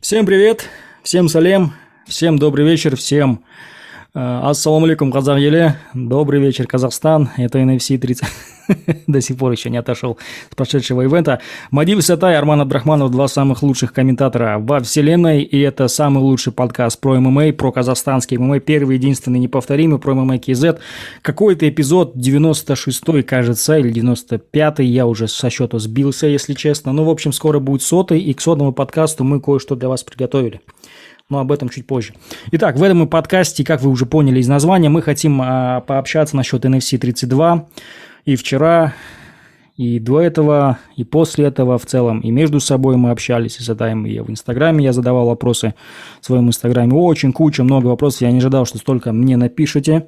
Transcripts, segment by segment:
Всем привет, всем салем, всем добрый вечер, всем ассаламу алейкум, казах еле, добрый вечер, Казахстан, это NFC 30, до сих пор еще не отошел с прошедшего ивента. Мадив Сатай, Арман Абдрахманов, два самых лучших комментатора во вселенной, и это самый лучший подкаст про ММА, про казахстанский ММА, первый, единственный, неповторимый, про ММА KZ. Какой-то эпизод 96-й, кажется, или 95-й, я уже со счета сбился, если честно. Ну, в общем, скоро будет 100-й, и к 100-му подкасту мы кое-что для вас приготовили. Но об этом чуть позже. Итак, в этом подкасте, как вы уже поняли из названия, мы хотим пообщаться насчет NFC 32. И вчера, и до этого, и после этого в целом. И между собой мы общались и задаем. И в Инстаграме я задавал вопросы в своем Инстаграме. Очень много вопросов. Я не ожидал, что столько мне напишете.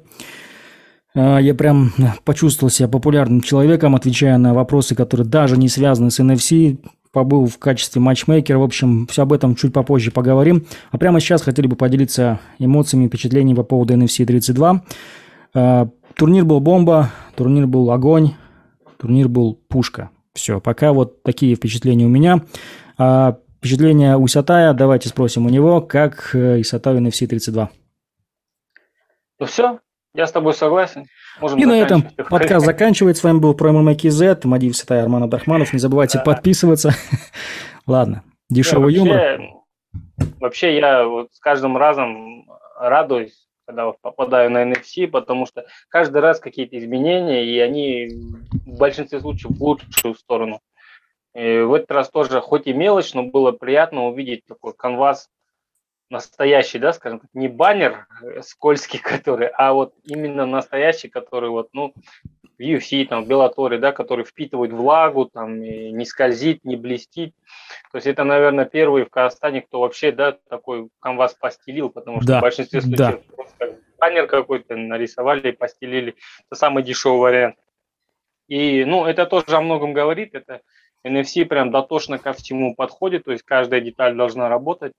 Я прям почувствовал себя популярным человеком, отвечая на вопросы, которые даже не связаны с NFC. Побыл в качестве матчмейкера. В общем, все об этом чуть попозже поговорим. А прямо сейчас хотели бы поделиться эмоциями, впечатлениями по поводу NFC 32. Турнир был бомба, турнир был огонь, турнир был пушка. Все, пока вот такие впечатления у меня. Впечатления у Сатая, давайте спросим у него, как Исатаю NFC 32. Ну все, я с тобой согласен. Можем и на этом подкаст заканчивается. С вами был про ММА KZ, Мадив Сатай, Арман Абдрахманов. Не забывайте подписываться. Ладно, дешевый юмор. Вообще я вот с каждым разом радуюсь, когда вот попадаю на NFC, потому что каждый раз какие-то изменения, и они в большинстве случаев в лучшую сторону. И в этот раз тоже, хоть и мелочь, но было приятно увидеть такой канвас настоящий, да, скажем так, не баннер скользкий, который, а вот именно настоящий, который вот, ну, в UFC, там, в Беллаторе, да, который впитывает влагу, там, и не скользит, не блестит. То есть это, наверное, первый в Казахстане, кто вообще, да, такой канвас постелил, потому что в большинстве случаев просто баннер какой-то нарисовали и постелили. Это самый дешевый вариант. И, ну, это тоже о многом говорит, это NFC прям дотошно ко всему подходит, то есть каждая деталь должна работать.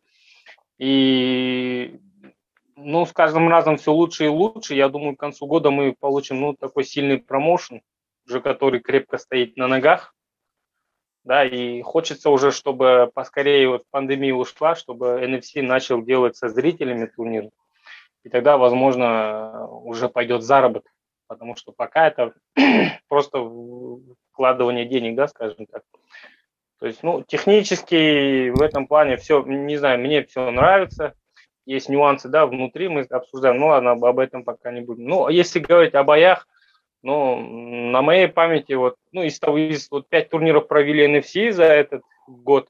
И, ну, с каждым разом все лучше и лучше. Я думаю, к концу года мы получим, ну, такой сильный промоушен, уже который крепко стоит на ногах. Да, и хочется уже, чтобы поскорее вот пандемия ушла, чтобы NFC начал делать со зрителями турнир. И тогда, возможно, уже пойдет заработок. Потому что пока это просто вкладывание денег, да, скажем так. То есть, ну, технически в этом плане все, не знаю, мне все нравится. Есть нюансы, да, внутри мы обсуждаем. Ну, ладно, об этом пока не будем. Ну, если говорить о боях, ну, на моей памяти, вот, ну, из 5 турниров провели NFC за этот год.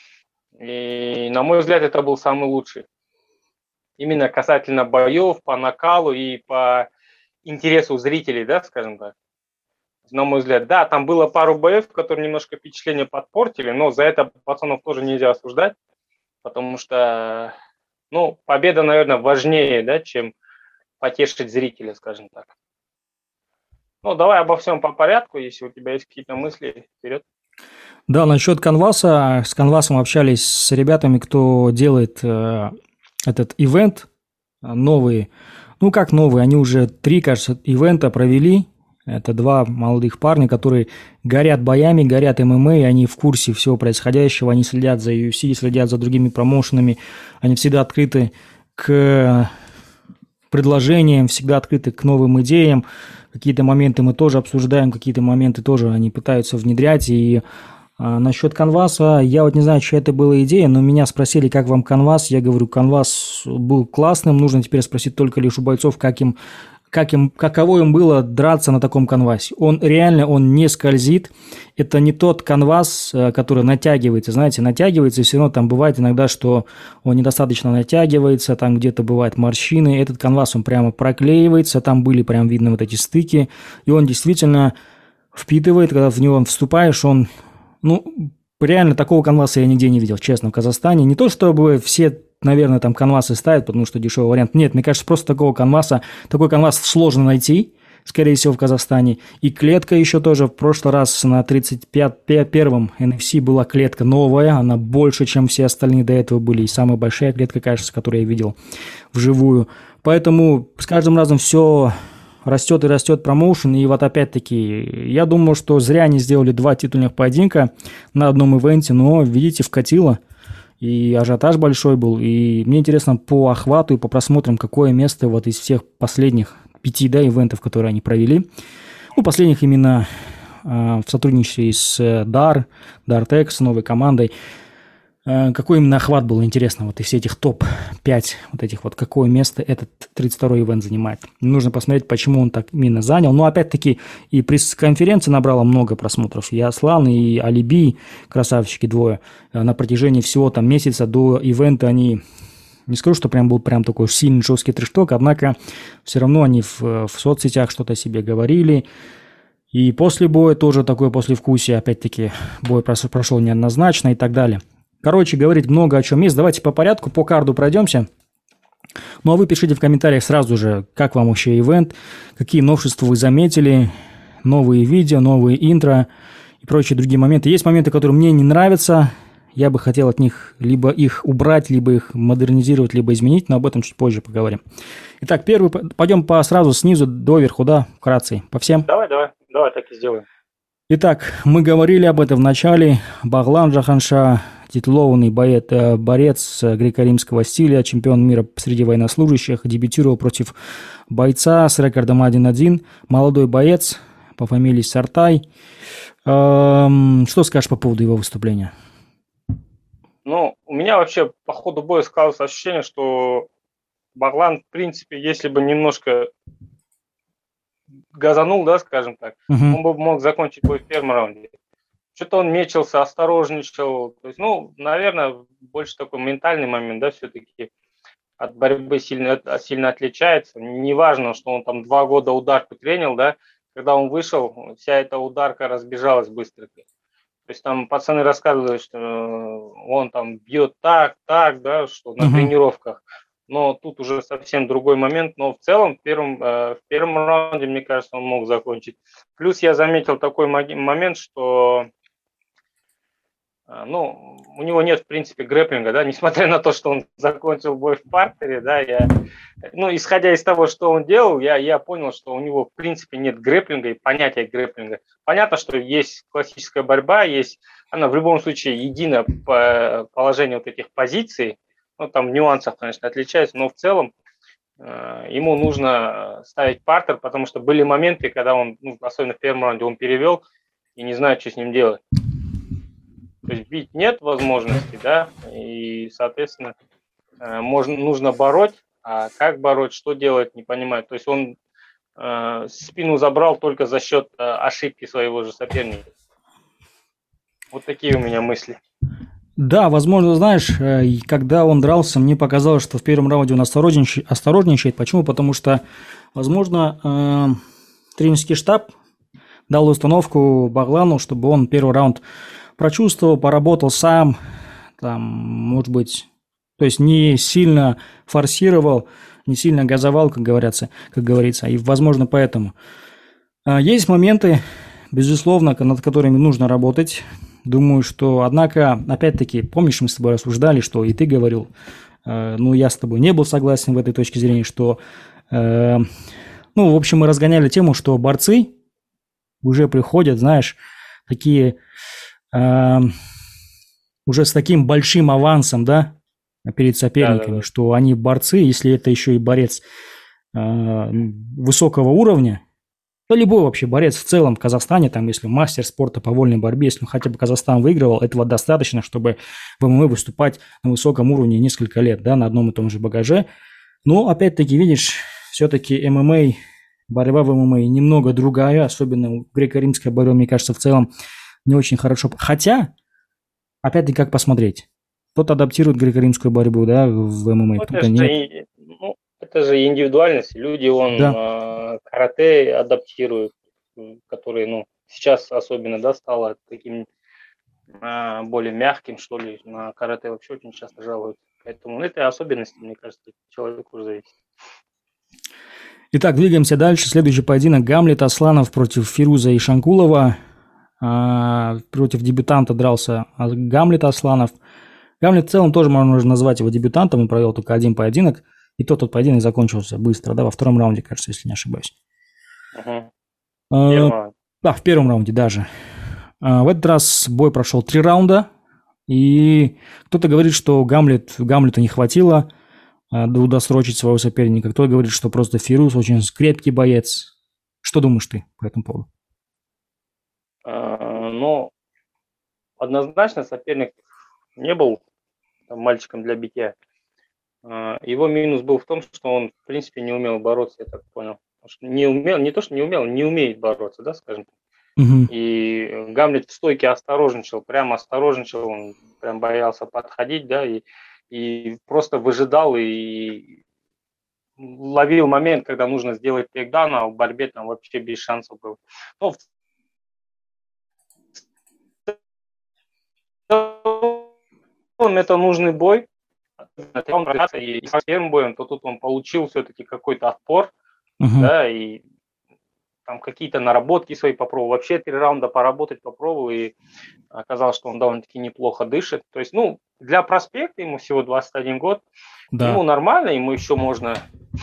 И, на мой взгляд, это был самый лучший. Именно касательно боев, по накалу и по интересу зрителей, да, скажем так. На мой взгляд, да, там было пару боев, которые немножко впечатление подпортили, но за это пацанов тоже нельзя осуждать, потому что, ну, победа, наверное, важнее, да, чем потешить зрителя, скажем так. Ну, давай обо всем по порядку, если у тебя есть какие-то мысли, вперед. Да, насчет канваса. С канвасом общались с ребятами, кто делает этот ивент новый. Ну, как новый, они уже 3, кажется, ивента провели. Это 2 молодых парня, которые горят боями, горят ММА, и они в курсе всего происходящего, они следят за UFC, следят за другими промоушенами, они всегда открыты к предложениям, всегда открыты к новым идеям. Какие-то моменты мы тоже обсуждаем, какие-то моменты тоже они пытаются внедрять. И насчет канваса, я вот не знаю, чья это была идея, но меня спросили, как вам канвас. Я говорю, канвас был классным, нужно теперь спросить только лишь у бойцов, каково им было драться на таком канвасе. Он реально, он не скользит. Это не тот канвас, который натягивается. Знаете, натягивается, и все равно там бывает иногда, что он недостаточно натягивается, там где-то бывают морщины. Этот канвас, он прямо проклеивается, там были прям видны вот эти стыки. И он действительно впитывает, когда в него вступаешь, он, ну, реально такого канваса я нигде не видел, честно, в Казахстане. Не то, чтобы все, наверное, там канвасы ставят, потому что дешевый вариант. Нет, мне кажется, просто такой канвас сложно найти, скорее всего, в Казахстане. И клетка еще тоже. В прошлый раз на 35-м NFC была клетка новая, она больше, чем все остальные до этого были. И самая большая клетка, кажется, которую я видел вживую. Поэтому с каждым разом все растет и растет промоушен. И вот опять-таки, я думаю, что зря они сделали 2 титульных поединка на одном ивенте, но, видите, вкатило. и ажиотаж большой был. И мне интересно по охвату и по просмотрам, какое место вот из всех последних 5, да, ивентов, которые они провели. Ну, последних именно в сотрудничестве с Dartex, с новой командой. Какой именно охват был интересно вот из всех этих топ-5 вот этих вот, какое место этот 32-й ивент занимает. Нужно посмотреть, почему он так именно занял. Но опять-таки и пресс-конференция набрала много просмотров. И Аслан, и Алиби, красавчики двое, на протяжении всего там месяца до ивента они... Не скажу, что прям был прям такой сильный жесткий трэш-ток, однако все равно они в соцсетях что-то себе говорили. И после боя тоже такое послевкусие, опять-таки, бой прошел неоднозначно и так далее. Короче, говорить много о чем есть. Давайте по порядку, по карду пройдемся. Ну, а вы пишите в комментариях сразу же, как вам вообще ивент, какие новшества вы заметили, новые видео, новые интро и прочие другие моменты. Есть моменты, которые мне не нравятся. Я бы хотел от них либо их убрать, либо их модернизировать, либо изменить, но об этом чуть позже поговорим. Итак, первый, пойдем сразу снизу до верху, да, вкратце, по всем? Давай, так и сделаем. Итак, мы говорили об этом в начале. Баглан Джаханша, титулованный борец греко-римского стиля, чемпион мира среди военнослужащих, дебютировал против бойца с рекордом 1-1, молодой боец по фамилии Сартай. Что скажешь по поводу его выступления? Ну, у меня вообще по ходу боя складывалось ощущение, что Баглан, в принципе, если бы немножко газанул, да, скажем так, он бы мог закончить бой в первом раунде. Что-то он мечился, осторожничал. То есть, ну, наверное, больше такой ментальный момент, да, все-таки от борьбы сильно отличается. Неважно, что он там 2 года ударку тренил, да, когда он вышел, вся эта ударка разбежалась быстро. То есть там пацаны рассказывают, что он там бьет так, да, что на тренировках. Но тут уже совсем другой момент. Но в целом в первом раунде, мне кажется, он мог закончить. Плюс я заметил такой момент, что ну, у него нет, в принципе, грэпплинга, да, несмотря на то, что он закончил бой в партере, да, ну, исходя из того, что он делал, я понял, что у него, в принципе, нет грэпплинга и понятия грэпплинга. Понятно, что есть классическая борьба, она в любом случае единое положение вот этих позиций, ну, там в нюансах, конечно, отличается, но в целом ему нужно ставить партер, потому что были моменты, когда он, ну, особенно в первом раунде, он перевел и не знает, что с ним делать. То есть бить нет возможности, да, и, соответственно, нужно бороть, а как бороть, что делать, не понимает. То есть он спину забрал только за счет ошибки своего же соперника. Вот такие у меня мысли. Да, возможно, знаешь, когда он дрался, мне показалось, что в первом раунде он осторожничает. Почему? Потому что, возможно, тренерский штаб дал установку Баглану, чтобы он первый раунд прочувствовал, поработал сам, там, может быть, то есть не сильно форсировал, не сильно газовал, как говорится, и, возможно, поэтому. Есть моменты, безусловно, над которыми нужно работать. Думаю, что, однако, опять-таки, помнишь, мы с тобой рассуждали, что и ты говорил, ну, я с тобой не был согласен в этой точке зрения, что, ну, в общем, мы разгоняли тему, что борцы уже приходят, знаешь, такие... уже с таким большим авансом, да, перед соперниками, да. Что они борцы, если это еще и борец высокого уровня, то любой вообще борец в целом в Казахстане, там, если мастер спорта по вольной борьбе, если хотя бы Казахстан выигрывал, этого достаточно, чтобы в ММА выступать на высоком уровне несколько лет, да, на одном и том же багаже. Но, опять-таки, видишь, все-таки ММА, борьба в ММА немного другая, особенно греко-римская борьба, мне кажется, в целом не очень хорошо. Хотя, опять-таки, как посмотреть? Кто-то адаптирует греко-римскую борьбу, да, в ММА, кто-то нет. Это же индивидуальность. Люди, карате адаптируют, которые, ну, сейчас особенно, да, стало таким более мягким, что ли. На карате вообще очень часто жалуют. Поэтому это особенности, мне кажется, человеку уже зависит. Итак, двигаемся дальше. Следующий поединок. Гамлет Асланов против Фируза Ишанкулова. Против дебютанта дрался Гамлет Асланов. Гамлет в целом тоже можно назвать его дебютантом. Он провел только один поединок. И тот поединок закончился быстро, да, во втором раунде, кажется, если не ошибаюсь. Да, в первом раунде даже. В этот раз бой прошел 3 раунда. И кто-то говорит, что Гамлету не хватило удосрочить своего соперника. Кто-то говорит, что просто Фирус очень крепкий боец. Что думаешь ты по этому поводу? Ну, однозначно соперник не был там, мальчиком для битья. Его минус был в том, что он, в принципе, не умел бороться, я так понял. Не умел, не то, что не умел, не умеет бороться, да, скажем так. Угу. И Гамлет в стойке осторожничал, прям осторожничал, он прям боялся подходить, да, и просто выжидал и ловил момент, когда нужно сделать тейкдаун, а в борьбе там вообще без шансов был. Но в целом это нужный бой. И с первым боем, то тут он получил все-таки какой-то отпор, да, и там какие-то наработки свои попробовал. Вообще 3 раунда поработать попробовал, и оказалось, что он довольно-таки неплохо дышит. То есть, ну, для проспекта ему всего 21 год, Да. ему нормально, ему еще можно,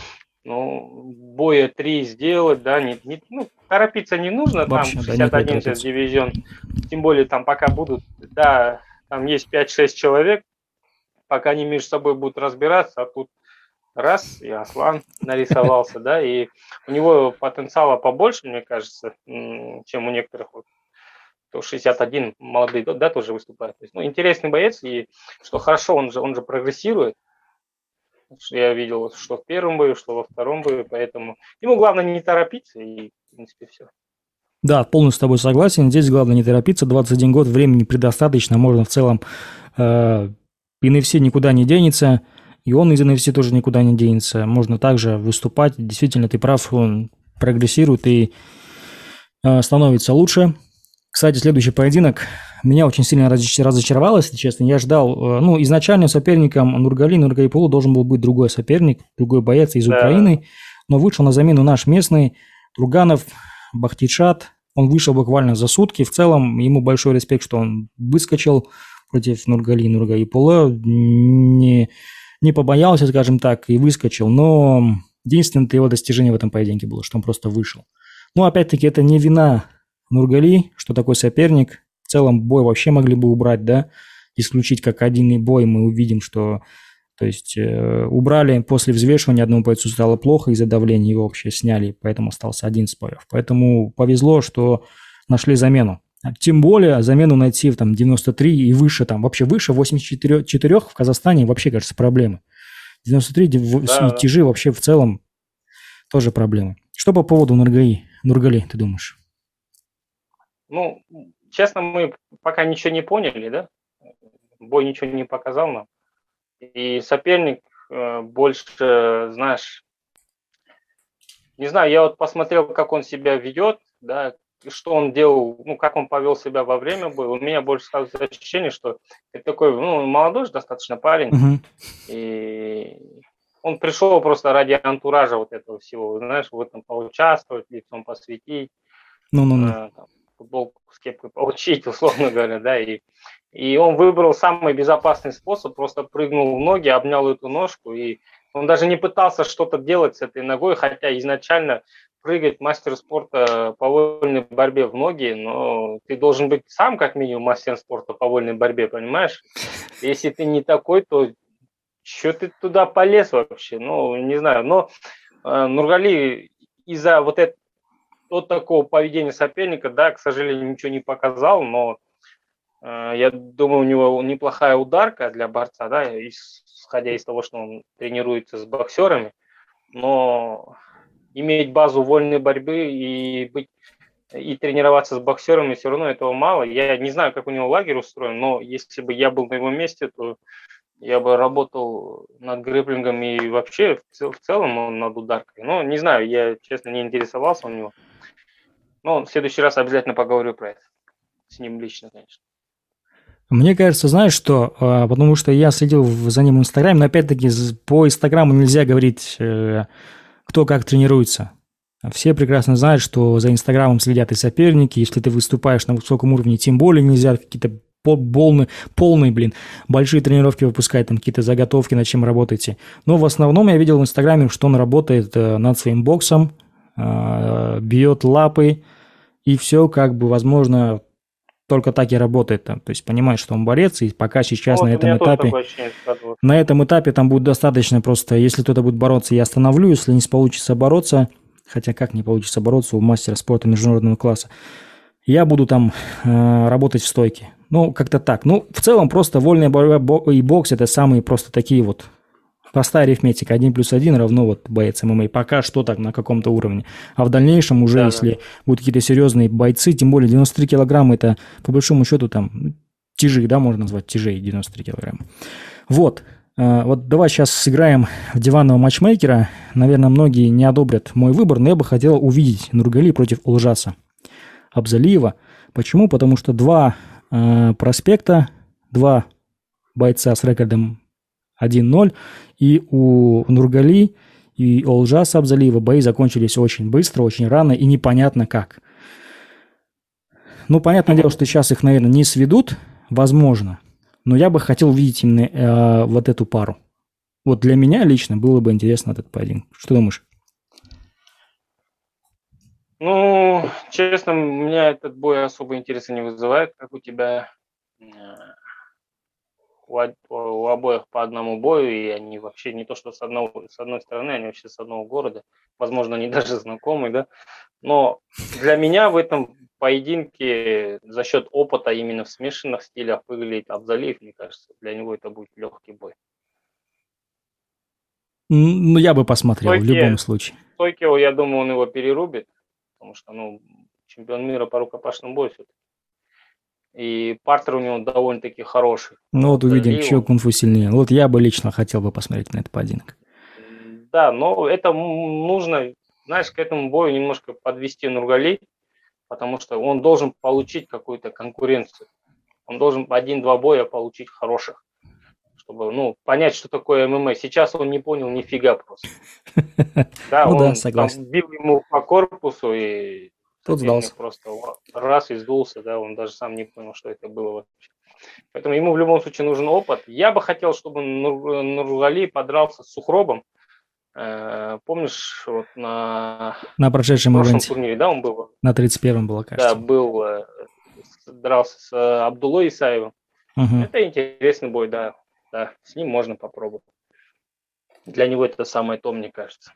ну, боя 3 сделать, да, торопиться не нужно, Вообще, там да, 61 сейчас дивизион, тем более там пока будут, да, там есть 5-6 человек, пока они между собой будут разбираться, а тут раз, и Аслан нарисовался, да, и у него потенциала побольше, мне кажется, чем у некоторых, вот, то 61 молодые, да, тоже выступает. То есть, ну, интересный боец, и что хорошо, он же прогрессирует. Я видел, что в первом бою, что во втором бою, поэтому ему главное не торопиться, и, в принципе, все. Да, полностью с тобой согласен. Здесь главное не торопиться. 21 год, времени предостаточно. Можно в целом... NFC никуда не денется, и он из NFC тоже никуда не денется. Можно также выступать. Действительно, ты прав, он прогрессирует и становится лучше. Кстати, следующий поединок меня очень сильно разочаровал, если честно. Я ждал, ну, изначально соперником Нургалипулу должен был быть другой соперник, другой боец из Украины, но вышел на замену наш местный Турганов Бахтичат. Он вышел буквально за сутки. В целом, ему большой респект, что он выскочил против Нургалипула, не побоялся, скажем так, и выскочил. Но единственное его достижение в этом поединке было, что он просто вышел. Но опять-таки это не вина Нургали, что такой соперник. В целом бой вообще могли бы убрать, да, исключить как отдельный бой. Мы увидим, что, то есть, убрали после взвешивания, одному бойцу стало плохо из-за давления, его вообще сняли, поэтому остался один из боев. Поэтому повезло, что нашли замену. Тем более замену найти в там 93 и выше, там вообще выше 84 в Казахстане вообще, кажется, проблемы. 93 тяжи вообще в целом тоже проблемы. Что по поводу Нургали, ты думаешь? Ну, честно, мы пока ничего не поняли, да? Бой ничего не показал нам. И соперник больше, знаешь, не знаю, я вот посмотрел, как он себя ведет, да, что он делал, ну, как он повел себя во время боя. У меня больше складывается ощущение, что это такой, ну, молодой же достаточно парень, и он пришел просто ради антуража вот этого всего, знаешь, в этом поучаствовать, лицом посвятить, футболку с кепкой получить, условно говоря, да, и он выбрал самый безопасный способ, просто прыгнул в ноги, обнял эту ножку, и он даже не пытался что-то делать с этой ногой, хотя изначально прыгать мастер спорта по вольной борьбе в ноги, но ты должен быть сам как минимум мастер спорта по вольной борьбе, понимаешь? Если ты не такой, то что ты туда полез вообще? Ну, не знаю, но Нургали из-за вот такого поведения соперника, да, к сожалению, ничего не показал, но я думаю, у него неплохая ударка для борца, да, исходя из того, что он тренируется с боксерами, но иметь базу вольной борьбы и тренироваться с боксерами все равно этого мало. Я не знаю, как у него лагерь устроен, но если бы я был на его месте, то я бы работал над грэпплингом и вообще в целом над ударкой. Но не знаю, я, честно, не интересовался у него. Но в следующий раз обязательно поговорю про это. С ним лично, конечно. Мне кажется, знаешь что, потому что я следил за ним в Инстаграме, но опять-таки по Инстаграму нельзя говорить, кто как тренируется. Все прекрасно знают, что за Инстаграмом следят и соперники, если ты выступаешь на высоком уровне, тем более нельзя какие-то полные, большие тренировки выпускать, там какие-то заготовки, над чем работаете. Но в основном я видел в Инстаграме, что он работает над своим боксом, бьет лапы, и все как бы, возможно, только так и работает там. То есть понимает, что он борец, и пока сейчас Вот у меня тоже такое ощущение складывалось. на этом этапе там будет достаточно просто, если кто-то будет бороться, я остановлю, если не получится бороться, хотя как не получится бороться у мастера спорта международного класса, я буду там работать в стойке. Ну, как-то так. Ну, в целом просто вольная борьба и бокс – это самые просто такие вот простая арифметика. 1+1 равно вот боец ММА. Пока что так на каком-то уровне. А в дальнейшем уже, если будут какие-то серьезные бойцы, тем более 93 килограмма – это по большому счету там тяжи, да, можно назвать тяжей 93 килограмма. Вот. Вот давай сейчас сыграем в диванного матчмейкера. Наверное, многие не одобрят мой выбор, но я бы хотел увидеть Нургали против Олжаса Абзалиева. Почему? Потому что два проспекта, два бойца с рекордом 1-0, и у Нургали и Олжаса Абзалиева бои закончились очень быстро, очень рано и непонятно как. Ну, понятное дело, что сейчас их, наверное, не сведут, возможно, но я бы хотел увидеть именно вот эту пару. Вот для меня лично было бы интересно этот поединок. Что думаешь? Ну, честно, у меня этот бой особо интереса не вызывает, как у тебя. У обоих по одному бою, и они вообще не то, что с одной стороны, они вообще с одного города. Возможно, они даже знакомы, да. Но для меня в этом поединке за счет опыта именно в смешанных стилях выглядит Абзалиев, мне кажется. Для него это будет легкий бой. Ну, я бы посмотрел в любом случае. Стойки, я думаю, он его перерубит, потому что, чемпион мира по рукопашному бою все-таки. И партер у него довольно-таки хороший. Ну вот увидим, чье кунг-фу сильнее. Вот я бы лично хотел бы посмотреть на этот поединок. Да, но это нужно, знаешь, к этому бою немножко подвести Нургали, потому что он должен получить какую-то конкуренцию. Он должен 1-2 боя получить хороших, чтобы, понять, что такое ММА. Сейчас он не понял нифига просто. Да, он согласен. бил ему по корпусу, и тот сдался. Просто раз и сдулся, да, он даже сам не понял, что это было вообще. Поэтому ему в любом случае нужен опыт. Я бы хотел, чтобы Нургали подрался с Сухробом. Помнишь, вот на прошедшем ивенте. турнире, да, он был? На 31-м было, кажется. Да, дрался с Абдулой Исаевым. Угу. Это интересный бой, да, с ним можно попробовать. Для него это самое то, мне кажется.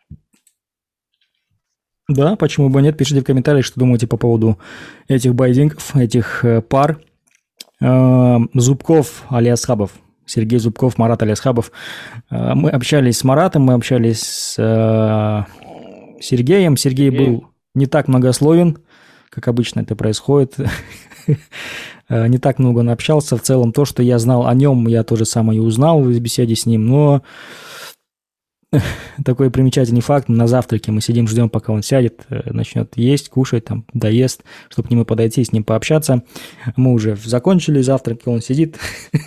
Да, почему бы нет? Пишите в комментариях, что думаете по поводу этих поединков, этих пар. Зубков, Алиасхабов. Сергей Зубков, Марат Алиасхабов. Мы общались с Маратом, мы общались с Сергеем. Сергей был не так многословен, как обычно это происходит. Не так много он общался. В целом, то, что я знал о нем, я тоже самое и узнал в беседе с ним. Но такой примечательный факт. На завтраке мы сидим, ждем, пока он сядет, начнет есть, кушать, там, доест, чтобы к нему подойти, с ним пообщаться. Мы уже закончили завтрак, и он сидит,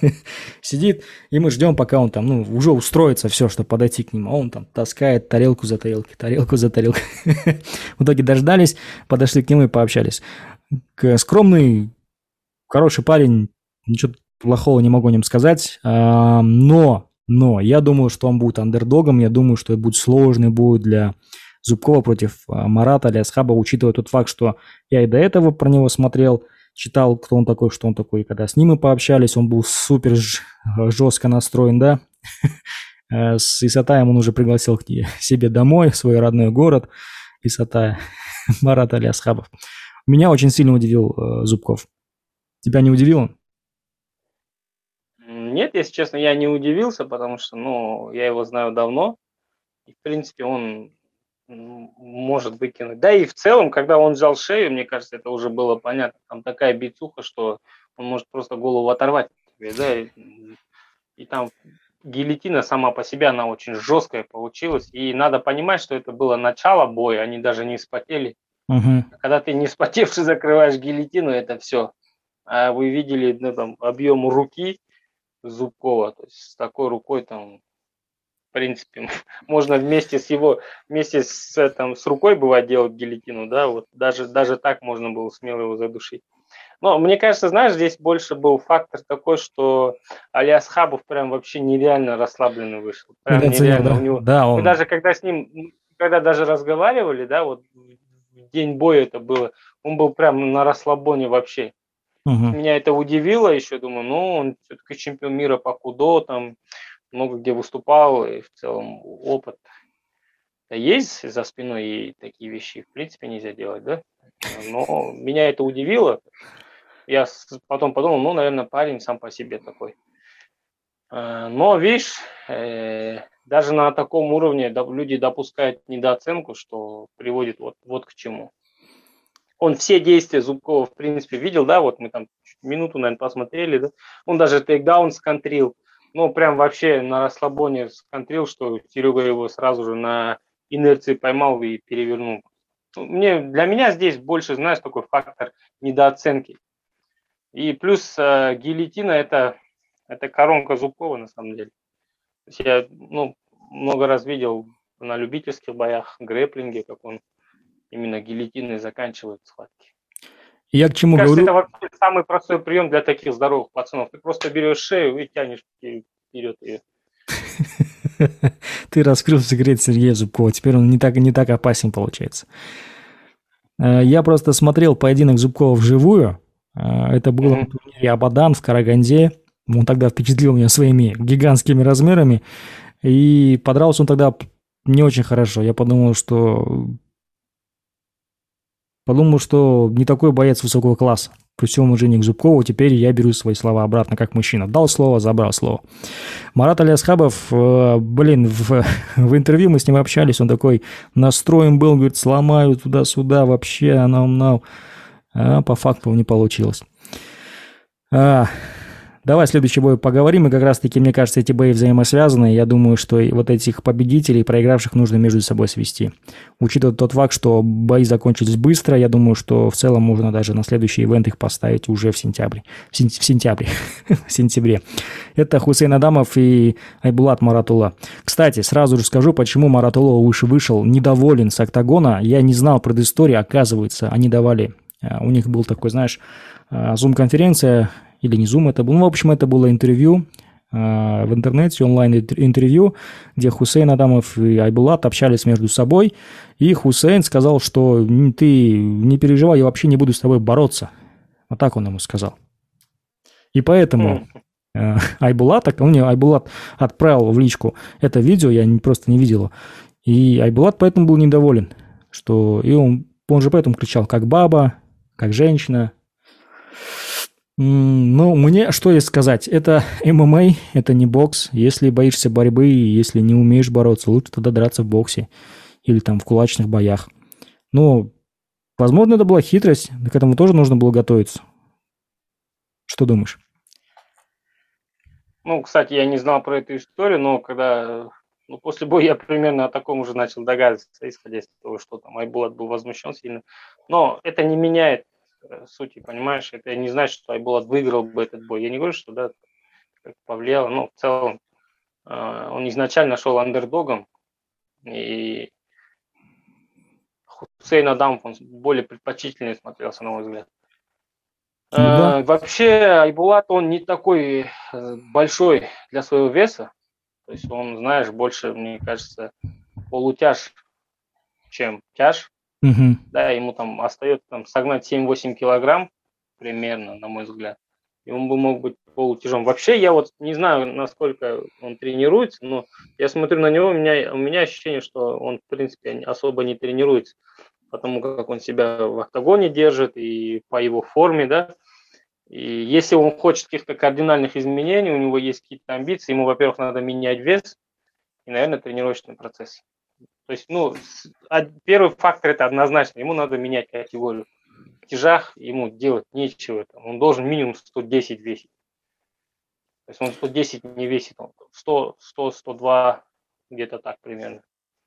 и мы ждем, пока он там, уже устроится все, чтобы подойти к нему. А он там таскает тарелку за тарелкой. В итоге дождались, подошли к нему и пообщались. Скромный, хороший парень, ничего плохого не могу о нем сказать, но я думаю, что он будет андердогом, я думаю, что это будет сложный бой для Зубкова против Марата Алиасхаба, учитывая тот факт, что я и до этого про него смотрел, читал, кто он такой, что он такой, и когда с ним мы пообщались, он был супер жестко настроен, да. С Исатаем он уже пригласил к себе домой, в свой родной город, Исатай, Марат Алиасхабов. Меня очень сильно удивил Зубков. Тебя не удивил он? Нет, если честно, я не удивился, потому что, я его знаю давно. И, в принципе, он может выкинуть. Да и в целом, когда он взял шею, мне кажется, это уже было понятно. Там такая бицуха, что он может просто голову оторвать тебе, да. И там гильотина сама по себе, она очень жесткая получилась. И надо понимать, что это было начало боя, они даже не вспотели. Угу. Когда ты не вспотевший закрываешь гильотину, это все. А вы видели объем руки Зубкова, то есть с такой рукой там, в принципе, можно вместе с рукой бывает делать гильотину, да, вот даже так можно было смело его задушить. Но мне кажется, знаешь, здесь больше был фактор такой, что Алиасхабов прям вообще нереально расслабленный вышел. Прям нереально. У него, да, мы даже когда с ним, когда даже разговаривали, да, вот в день боя это было, он был прям на расслабоне вообще. Меня это удивило еще, думаю, ну, он все-таки чемпион мира по кудо, там много где выступал, и в целом опыт есть за спиной, и такие вещи в принципе нельзя делать, да? Но меня это удивило. Я потом подумал, ну, наверное, парень сам по себе такой. Но, видишь, даже на таком уровне люди допускают недооценку, что приводит вот к чему. Он все действия Зубкова, в принципе, видел, да, вот мы там минуту, наверное, посмотрели, да. Он даже тейкдаун сконтрил, ну, прям вообще на расслабоне сконтрил, что Серега его сразу же на инерции поймал и перевернул. Для меня здесь больше, знаешь, такой фактор недооценки. И плюс гильотина это коронка Зубкова на самом деле. То есть я много раз видел на любительских боях, грэпплинге, как он именно гильотиной заканчивает схватки. Я к чему Мне кажется, говорю? это вообще самый простой прием для таких здоровых пацанов. Ты просто берешь шею и тянешь вперед ее. Ты раскрыл секрет Сергея Зубкова. Теперь он не так опасен получается. Я просто смотрел поединок Зубкова вживую. Это было на турнире Абадан в Караганде. Он тогда впечатлил меня своими гигантскими размерами. И подрался он тогда не очень хорошо. Я подумал, что не такой боец высокого класса. При всем уважении к Зубкову, теперь я беру свои слова обратно как мужчина. Дал слово, забрал слово. Марат Алиасхабов, в интервью мы с ним общались, он такой настроен был, говорит, сломаю туда-сюда, вообще, анау-нау. А по факту не получилось. Давай следующий бой поговорим, и как раз-таки, мне кажется, эти бои взаимосвязаны. Я думаю, что и вот этих победителей, проигравших, нужно между собой свести. Учитывая тот факт, что бои закончились быстро, я думаю, что в целом можно даже на следующий ивент их поставить уже в сентябре. В сентябре. Это Хусейн Адамов и Айбулат Маратулла. Кстати, сразу же скажу, почему Маратулла вышел недоволен с октагона. Я не знал предыстории, оказывается, они давали... У них был такой, знаешь, зум-конференция, или не Zoom это был. Ну, в общем, это было интервью в интернете, онлайн-интервью, где Хусейн Адамов и Айбулат общались между собой. И Хусейн сказал, что ты не переживай, я вообще не буду с тобой бороться. Вот так он ему сказал. И поэтому Айбулат отправил в личку это видео, я просто не видел. И Айбулат поэтому был недоволен. И он же поэтому кричал, как баба, как женщина. Ну, мне что есть сказать? Это ММА, это не бокс. Если боишься борьбы, если не умеешь бороться, лучше тогда драться в боксе или там в кулачных боях. Ну, возможно, это была хитрость, к этому тоже нужно было готовиться. Что думаешь? Ну, кстати, я не знал про эту историю, но после боя я примерно о таком уже начал догадываться, исходя из того, что там Айбулат был возмущен сильно. Но это не меняет сути, понимаешь? Это не значит, что Айбулат выиграл бы этот бой. Я не говорю, что да, как повлияло, но в целом он изначально шел андердогом, и Хусейн Адамов, он более предпочтительнее смотрелся, на мой взгляд. Да. Вообще Айбулат, он не такой большой для своего веса. То есть он, знаешь, больше, мне кажется, полутяж, чем тяж. Угу. Да, ему там остается согнать 7-8 килограмм примерно, на мой взгляд. И он бы мог быть полутяжом. Вообще, я вот не знаю, насколько он тренируется, но я смотрю на него, у меня ощущение, что он, в принципе, особо не тренируется, потому как он себя в октагоне держит и по его форме, да. И если он хочет каких-то кардинальных изменений, у него есть какие-то амбиции, ему, во-первых, надо менять вес и, наверное, тренировочный процесс. То есть, первый фактор – это однозначно, ему надо менять категорию. В тяжах ему делать нечего, он должен минимум 110 весить. То есть он 110 не весит, он 100, 102, где-то так примерно.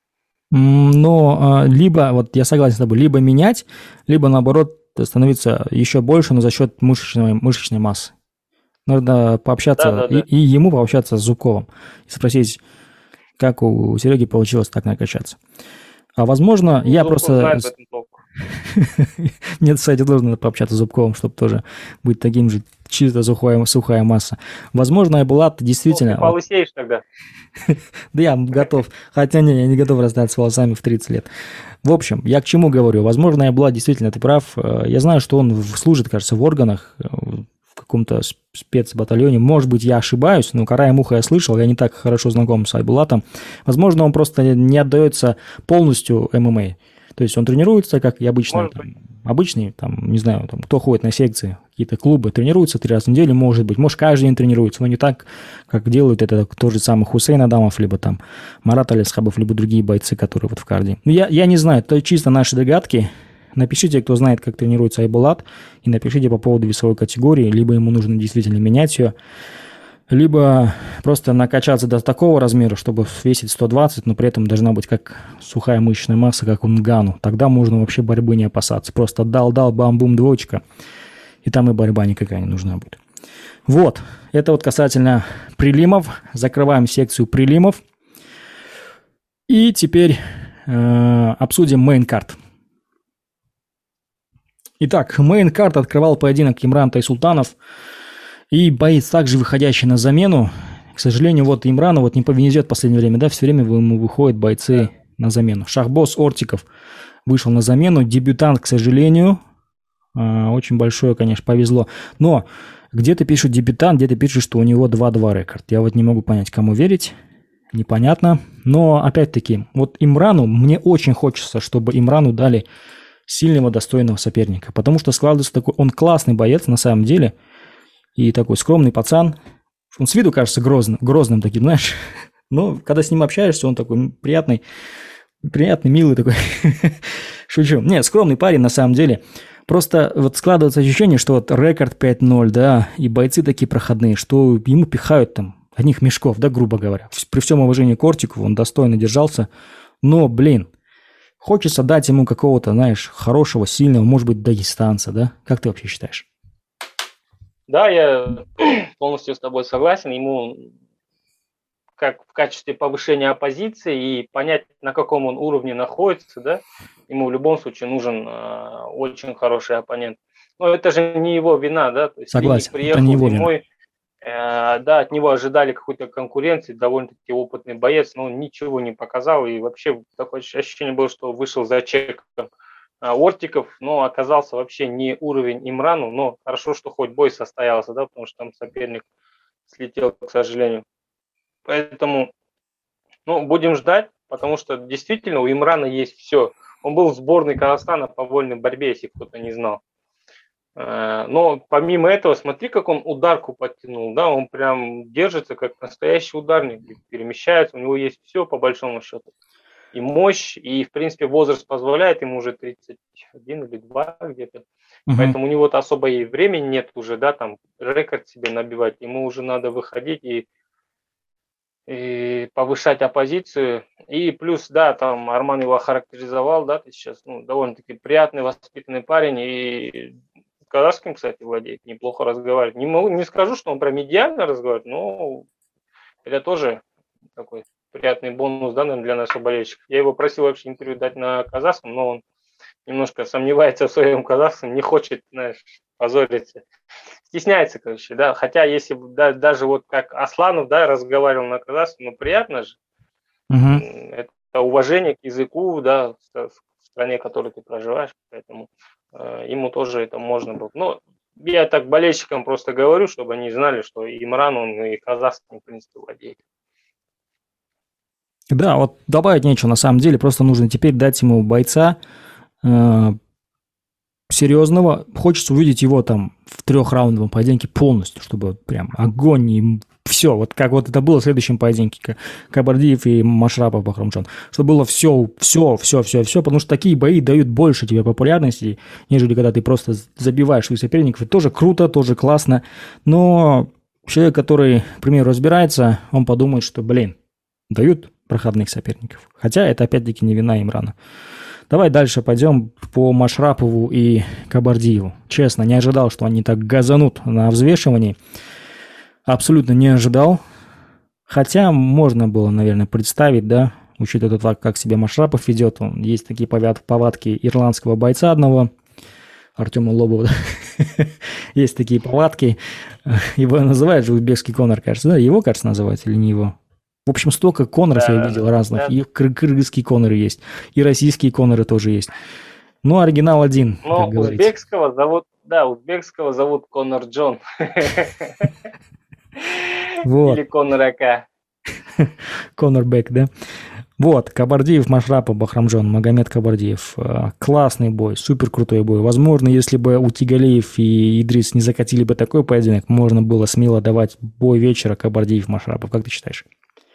Но либо, вот я согласен с тобой, либо менять, либо наоборот становиться еще больше, но за счет мышечной массы. Нужно пообщаться, и ему пообщаться с Зубковым и спросить, как у Сереги получилось так накачаться. А возможно, я просто... Нет, кстати, должен пообщаться с Зубковым, чтобы тоже быть таким же чисто сухая масса. Возможно, Айбулат действительно... Ты полысеешь тогда. Да я готов. Хотя не, я не готов расстаться с волосами в 30 лет. В общем, я к чему говорю? Возможно, Айбулат действительно, ты прав. Я знаю, что он служит, кажется, в органах, в каком-то спецбатальоне. Может быть, я ошибаюсь, но краем уха я слышал, я не так хорошо знаком с Айбулатом. Возможно, он просто не отдается полностью ММА. То есть он тренируется, как и обычно, обычный, там, не знаю, там, кто ходит на секции, какие-то клубы, тренируются 3 раза в неделю, может быть, каждый день тренируется, но не так, как делают это тот же самый Хусейн Адамов, либо там Марат Алисхабов, либо другие бойцы, которые вот в карде. Я не знаю, это чисто наши догадки. Напишите, кто знает, как тренируется Айбулат, и напишите по поводу весовой категории, либо ему нужно действительно менять ее, либо просто накачаться до такого размера, чтобы весить 120, но при этом должна быть как сухая мышечная масса, как у Нгану. Тогда можно вообще борьбы не опасаться. Просто дал, бам-бум, двоечка, и там и борьба никакая не нужна будет. Вот, это вот касательно прелимов. Закрываем секцию прелимов. И теперь обсудим мейн-карт. Итак, мейн-карт открывал поединок Имран Тайсултанов. И боец, также выходящий на замену. К сожалению, вот Имрану вот не повезет в последнее время, да, все время ему выходят бойцы на замену. Шахбоз Ортиков вышел на замену. Дебютант, к сожалению. Очень большое, конечно, повезло. Но где-то пишут дебютант, где-то пишут, что у него 2-2 рекорд. Я вот не могу понять, кому верить. Непонятно. Но, опять-таки, вот Имрану, мне очень хочется, чтобы Имрану дали сильного, достойного соперника. Потому что складывается такой... Он классный боец на самом деле. И такой скромный пацан. Он с виду кажется грозным таким, знаешь. Но когда с ним общаешься, он такой приятный, милый такой. Шучу. Нет, скромный парень на самом деле. Просто вот складывается ощущение, что вот рекорд 5-0, да, и бойцы такие проходные, что ему пихают там одних мешков, да, грубо говоря. При всем уважении к Ортикову он достойно держался. Но, блин, хочется дать ему какого-то, знаешь, хорошего, сильного, может быть, дагестанца, да? Как ты вообще считаешь? Да, я полностью с тобой согласен. Ему как в качестве повышения оппозиции и понять, на каком он уровне находится, да, ему в любом случае нужен очень хороший оппонент. Но это же не его вина, да. То есть согласен, приехал это не его зимой, да, от него ожидали какой-то конкуренции, довольно-таки опытный боец, но он ничего не показал, и вообще такое ощущение было, что вышел за чеком Ортиков, но оказался вообще не уровень Имрану, но хорошо, что хоть бой состоялся, да, потому что там соперник слетел, к сожалению. Поэтому, будем ждать, потому что действительно у Имрана есть все. Он был в сборной Казахстана по вольной борьбе, если кто-то не знал. Но помимо этого, смотри, как он ударку подтянул, да, он прям держится как настоящий ударник, перемещается, у него есть все по большому счету. И мощь, и, в принципе, возраст позволяет, ему уже 31 или 2 где-то. Поэтому у него-то особо и времени нет уже, да, там, рекорд себе набивать. Ему уже надо выходить и повышать оппозицию. И плюс, да, там Арман его охарактеризовал, да, сейчас, довольно-таки приятный, воспитанный парень. И казахским, кстати, владеет, неплохо разговаривает. Не скажу, что он прям идеально разговаривает, но это тоже такой приятный бонус, да, наверное, для наших болельщиков. Я его просил вообще интервью дать на казахском, но он немножко сомневается в своем казахском, не хочет, знаешь, позориться. Стесняется, короче, да. Хотя, если даже вот как Асланов, да, разговаривал на казахском, приятно же. Это уважение к языку, да, в стране, в которой ты проживаешь, поэтому ему тоже это можно было. Но я так болельщикам просто говорю, чтобы они знали, что Имран, он и казахским, в принципе, владеет. Да, вот добавить нечего на самом деле, просто нужно теперь дать ему бойца серьезного. Хочется увидеть его там в 3-раундовом поединке полностью, чтобы прям огонь и все. Вот как вот это было в следующем поединке Кабардиев и Машрапов Бахрамджан. Чтобы было все, потому что такие бои дают больше тебе популярности, нежели когда ты просто забиваешь своих соперников. Это тоже круто, тоже классно, но человек, который, к примеру, разбирается, он подумает, что, дают проходных соперников. Хотя это опять-таки не вина Имрана. Давай дальше пойдем по Машрапову и Кабардиеву. Честно, не ожидал, что они так газанут на взвешивании. Абсолютно не ожидал. Хотя можно было, наверное, представить, да, учитывая то, как себя Машрапов ведет. Есть такие повадки ирландского бойца одного. Артему Лобову. Есть такие повадки. Его называют же узбекский Конор, кажется. Да, его, кажется, называют или не его? В общем, столько Коноров я Да, видел разных. да. И кыргызские Коноры есть, и российские Коноры тоже есть. Но оригинал один, как Но говорится. узбекского зовут Конор Джон. Вот, Или Конор Ака. Конор Бек, да? Вот, Кабардиев, Машрапов, Бахрамджон, Магомед Кабардиев. Классный бой, супер крутой бой. Возможно, если бы Утигалиев и Идрис не закатили бы такой поединок, можно было смело давать бой вечера Кабардиев-Машрапов. Как ты считаешь?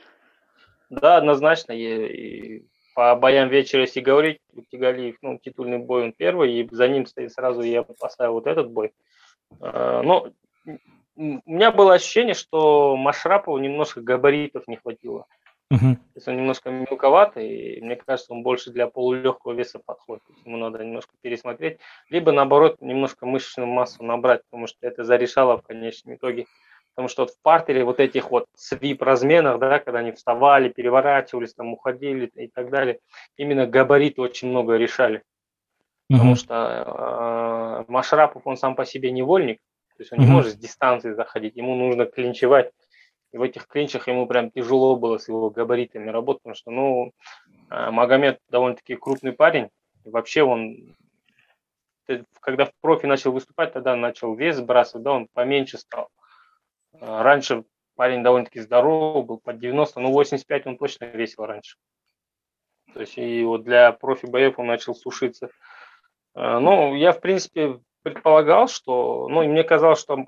Да, однозначно. И по боям вечера, если говорить, Утигалиев, ну, титульный бой он первый, и за ним стоит сразу я поставил вот этот бой. Но у меня было ощущение, что Машрапову немножко габаритов не хватило. Угу. То есть он немножко мелковатый, и мне кажется, он больше для полулегкого веса подходит. То есть ему надо немножко пересмотреть, либо наоборот немножко мышечную массу набрать, потому что это зарешало в конечном итоге. Потому что вот в партере вот этих вот свип-разменах, да, когда они вставали, переворачивались, там уходили и так далее, именно габариты очень много решали. Потому Угу. что Машрапов, он сам по себе невольник, то есть он не Угу. может с дистанции заходить, ему нужно клинчевать. И в этих клинчах ему прям тяжело было с его габаритами работать, потому что, ну, Магомед довольно-таки крупный парень. И вообще он, когда в профи начал выступать, тогда начал вес сбрасывать, да, он поменьше стал. Раньше парень довольно-таки здоровый, был под 90, ну 85 он точно весил раньше. То есть и вот для профи-боев он начал сушиться. Ну, я, в принципе, предполагал, что, ну, и мне казалось, что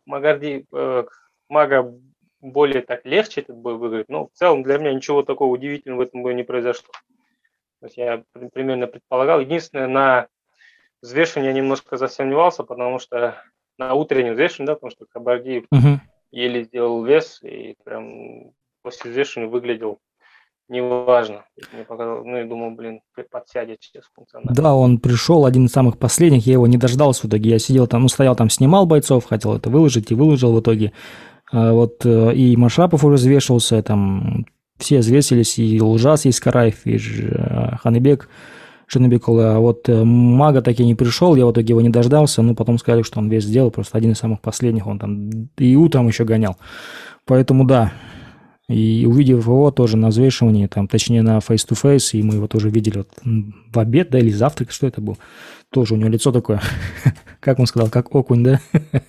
Мага более так легче этот бой выиграет. Но в целом для меня ничего такого удивительного в этом бою не произошло. То есть я примерно предполагал. Единственное, на взвешивании я немножко засомневался, потому что на утреннем взвешивании, да, потому что Кабардиев Угу. еле сделал вес и прям после взвешивания выглядел неважно. Мне показалось, ну, я думал, блин, подсядет сейчас функционально. Да, он пришел, один из самых последних, я его не дождался в итоге. Я сидел там, ну, стоял там, снимал бойцов, хотел это выложить и выложил в итоге. И Машрапов уже взвешивался, там все взвесились, и Лжас, и Скараев, и Ханыбек, Жаныбекұлы. А вот Мага так и не пришел, я в итоге его не дождался, ну, потом сказали, что он вес сделал, просто один из самых последних, он там и утром еще гонял. Поэтому да, и увидев его тоже на взвешивании, там, точнее на face-to-face, и мы его тоже видели вот в обед, да, или завтрак, что это был, тоже у него лицо такое, как он сказал, как окунь, да?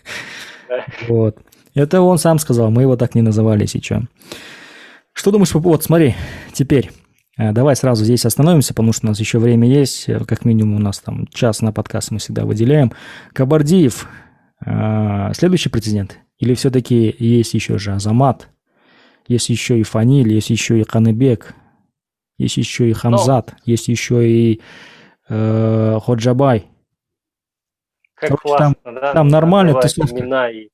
Вот. Это он сам сказал, мы его так не называли сейчас. Что думаешь по поводу... Смотри, теперь, давай сразу здесь остановимся, потому что у нас еще время есть, как минимум у нас там час на подкаст мы всегда выделяем. Кабардиев, следующий претендент? Или все-таки есть еще же Азамат, есть еще и Фаниль, есть еще и Ханыбек, есть еще и Хамзат, есть еще и Ходжабай. Как Короче, там, классно, да, там нормальная называть тусовка. имена и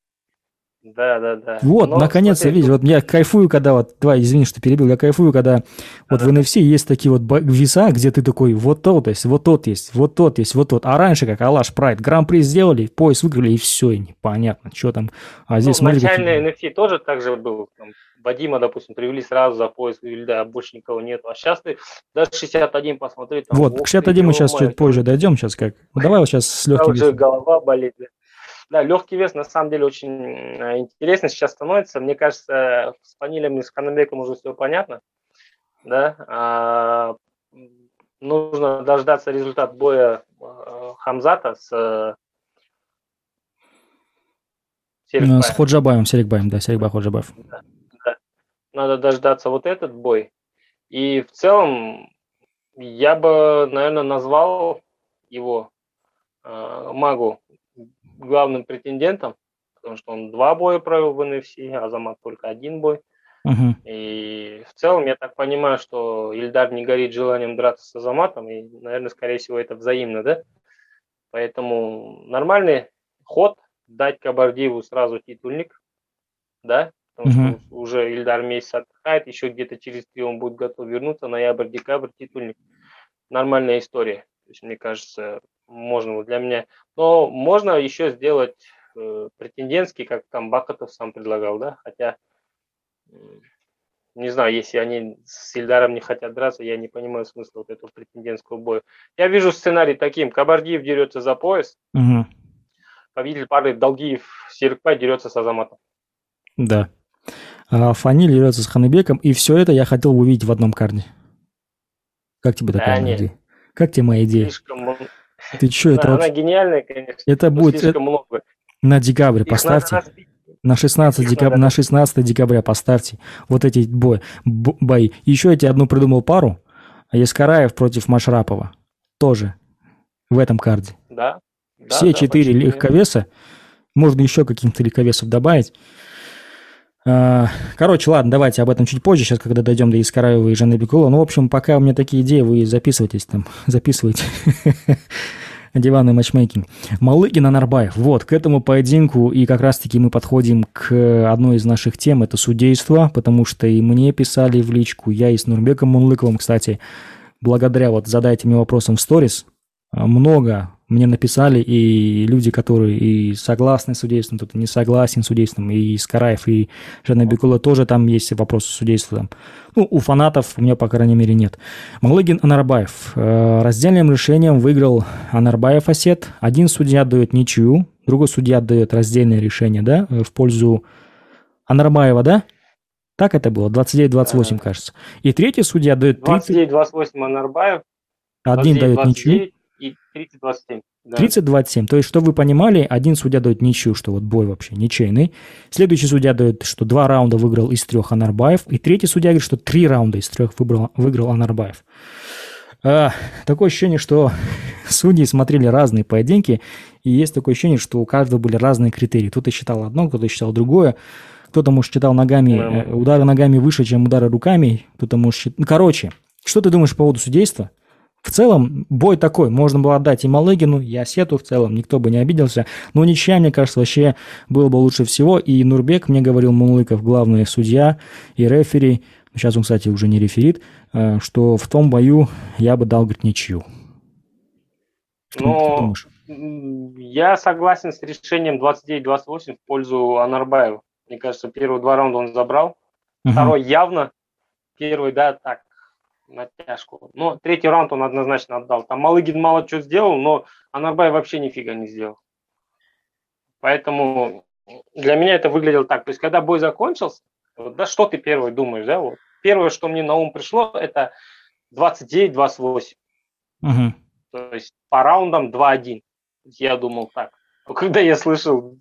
да. Вот, Но наконец-то, смотри, видишь, тут вот я кайфую, когда вот, давай, извини, что перебил, я кайфую, когда вот в да, NFC есть такие вот веса, где ты такой, вот тот есть, вот тот есть, вот тот есть, вот тот. А раньше, как Алаш Прайд, гран-при сделали, пояс выиграли, и все, и непонятно, что там. А здесь ну, смотри, начальный какие... NFT тоже так же был. Там, Вадима, допустим, привели сразу за пояс, говорили, да, больше никого нет. А сейчас ты даже 61 посмотри, там, Вот, к ух ты, 61 мы сейчас ё-моё, чуть позже дойдем, сейчас как. Ну, давай вот сейчас с там легким уже весом. голова болит. Да. Да, легкий вес на самом деле очень интересно сейчас становится. Мне кажется, с Фанилем и с Ханабеком уже все понятно. Да? Нужно дождаться результат боя Хамзата с С Серикбаем. Ходжабаем, Серикбаем, да, Серикбай Ходжабаев. Да, да. Надо дождаться вот этот бой. И в целом я бы, наверное, назвал его Магу главным претендентом, потому что он 2 боя провел в NFC, а Азамат только 1 бой. Угу. И в целом я так понимаю, что Ильдар не горит желанием драться с Азаматом, и, наверное, скорее всего, это взаимно, да? Поэтому нормальный ход дать Кабардиеву сразу титульник, да? Потому Угу. что уже Ильдар месяц отдыхает, еще где-то через 3 он будет готов вернуться, ноябрь-декабрь титульник. Нормальная история. То есть, мне кажется, можно вот для меня. Но можно еще сделать претендентский, как там Бакатов сам предлагал, да? Хотя, не знаю, если они с Ильдаром не хотят драться, я не понимаю смысла вот этого претендентского боя. Я вижу сценарий таким. Кабардиев дерется за пояс, Угу. победитель пары Долгиев Серикбай дерется с Азаматом. Да. А Фаниль дерется с Ханыбеком, и все это я хотел бы увидеть в одном карде. Как тебе такая Да, моя нет, идея? Как тебе моя идея? слишком... Ты что, это Она вообще... гениальная, конечно, Это но будет слишком много. на декабрь, Их надо поставьте. разбить. На 16 Их надо на 16 декабря поставьте вот эти бои. Еще я тебе одну придумал пару. Яскараев против Машрапова. Тоже в этом карде. Да, да, Все да, 4 почему нет? легковеса. Можно еще каких-то легковесов добавить. Короче, ладно, давайте об этом чуть позже, сейчас, когда дойдем до Яскараева и Жанны Бекула. Ну, в общем, пока у меня такие идеи, вы записывайтесь там, записывайте. Диванный матчмейкинг. Малыгин, Анарбаев. Вот, к этому поединку и как раз-таки мы подходим к одной из наших тем, это судейство, потому что и мне писали в личку, я и с Нурбеком Мунлыковым, кстати, благодаря вот задайте мне вопросом в сторис, много мне написали, и люди, которые и согласны с судейством, кто-то не согласен с судейством, и Скараев, и Жанна Бекула тоже там есть вопросы судейства. Там. Ну, у фанатов у меня, по крайней мере, нет. Малыгин, Анарбаев. Раздельным решением выиграл Анарбаев Асет. Один судья дает ничью, другой судья дает раздельное решение, да, в пользу Анарбаева, да? Так это было, 29-28, кажется. И третий судья дает 30... 29-28 Анарбаев, Один дает ничью. И 30-27. Да. 30-27. То есть, чтобы вы понимали, один судья дает ничью, что вот бой вообще ничейный. Следующий судья дает, что 2 раунда выиграл из 3 Анарбаев. И третий судья говорит, что 3 раунда из 3 выиграл Анарбаев. Такое ощущение, что судьи смотрели разные поединки. И есть такое ощущение, что у каждого были разные критерии. Кто-то считал одно, кто-то считал другое. Кто-то, может, считал ногами, удары ногами выше, чем удары руками. Кто-то, может, считал... Короче, что ты думаешь по поводу судейства? В целом, бой такой. Можно было отдать и Малыгину, и Асету в целом. Никто бы не обиделся. Но ничья, мне кажется, вообще было бы лучше всего. И Нурбек, мне говорил Мунлыков, главный судья и рефери, сейчас он, кстати, уже не реферит, что в том бою я бы дал, говорит, ничью. Но я согласен с решением 29-28 в пользу Анарбаева. Мне кажется, первые 2 раунда он забрал. Второй явно. Первый, да, так, натяжку. Но 3-й раунд он однозначно отдал. Там Малыгин мало что сделал, но Анарбаев вообще нифига не сделал. Поэтому для меня это выглядело так. То есть, когда бой закончился, вот, да, что ты первый думаешь, да? Вот. Первое, что мне на ум пришло, это 29-28. То есть, по раундам 2-1. Я думал так. Но когда я слышал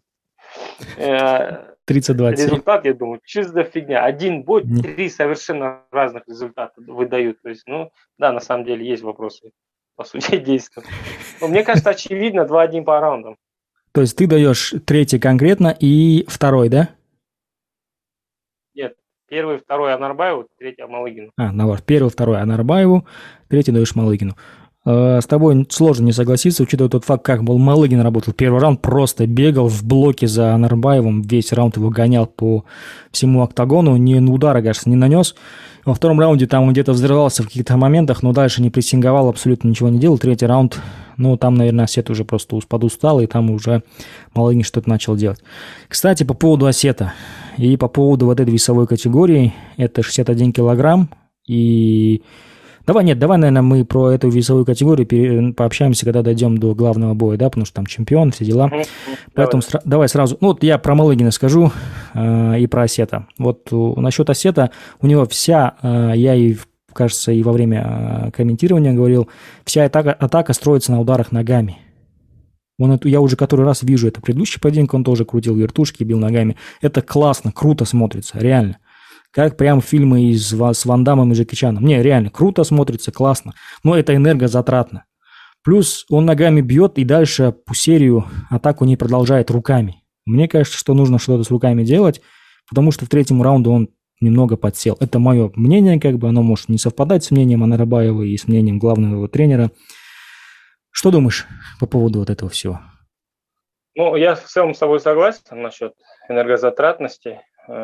30-27. результат, я думаю, что за фигня? Один бой, 3 совершенно разных результата выдают. То есть, ну, да, на самом деле есть вопросы по сути действия. Но мне кажется, очевидно, 2-1 по раундам. То есть ты даешь 3-й конкретно и 2-й, да? Нет, 1-й, 2-й Анарбаеву, 3-й Малыгину. Наоборот, 1-й, 2-й Анарбаеву, 3-й даешь Малыгину. С тобой сложно не согласиться, учитывая тот факт, как был Малыгин работал. Первый раунд просто бегал в блоке за Анарбаевым, весь раунд его гонял по всему октагону, ни удара, кажется, не нанес. Во втором раунде там он где-то взрывался в каких-то моментах, но дальше не прессинговал, абсолютно ничего не делал. 3-й раунд, ну, там, наверное, Асет уже просто подустал, и там уже Малыгин что-то начал делать. Кстати, по поводу Асета и по поводу вот этой весовой категории, это 61 килограмм, и... Давай, наверное, мы про эту весовую категорию пообщаемся, когда дойдем до главного боя, да, потому что там чемпион, все дела. Поэтому давай сразу, ну, вот я про Малыгина скажу и про Асета. Вот насчет Асета, у него я и, кажется, и во время комментирования говорил, вся атака строится на ударах ногами. Я уже который раз вижу это. Предыдущий поединок он тоже крутил вертушки, бил ногами. Это классно, круто смотрится, реально. Как прям фильмы с Ван Даммом и Джеки Чаном. Не, реально, круто смотрится, классно. Но это энергозатратно. Плюс он ногами бьет и дальше по серию атаку не продолжает руками. Мне кажется, что нужно что-то с руками делать, потому что в 3-м раунде он немного подсел. Это мое мнение, как бы оно может не совпадать с мнением Анарбаева и с мнением главного его тренера. Что думаешь по поводу вот этого всего? Ну, я в целом с тобой согласен насчет энергозатратности.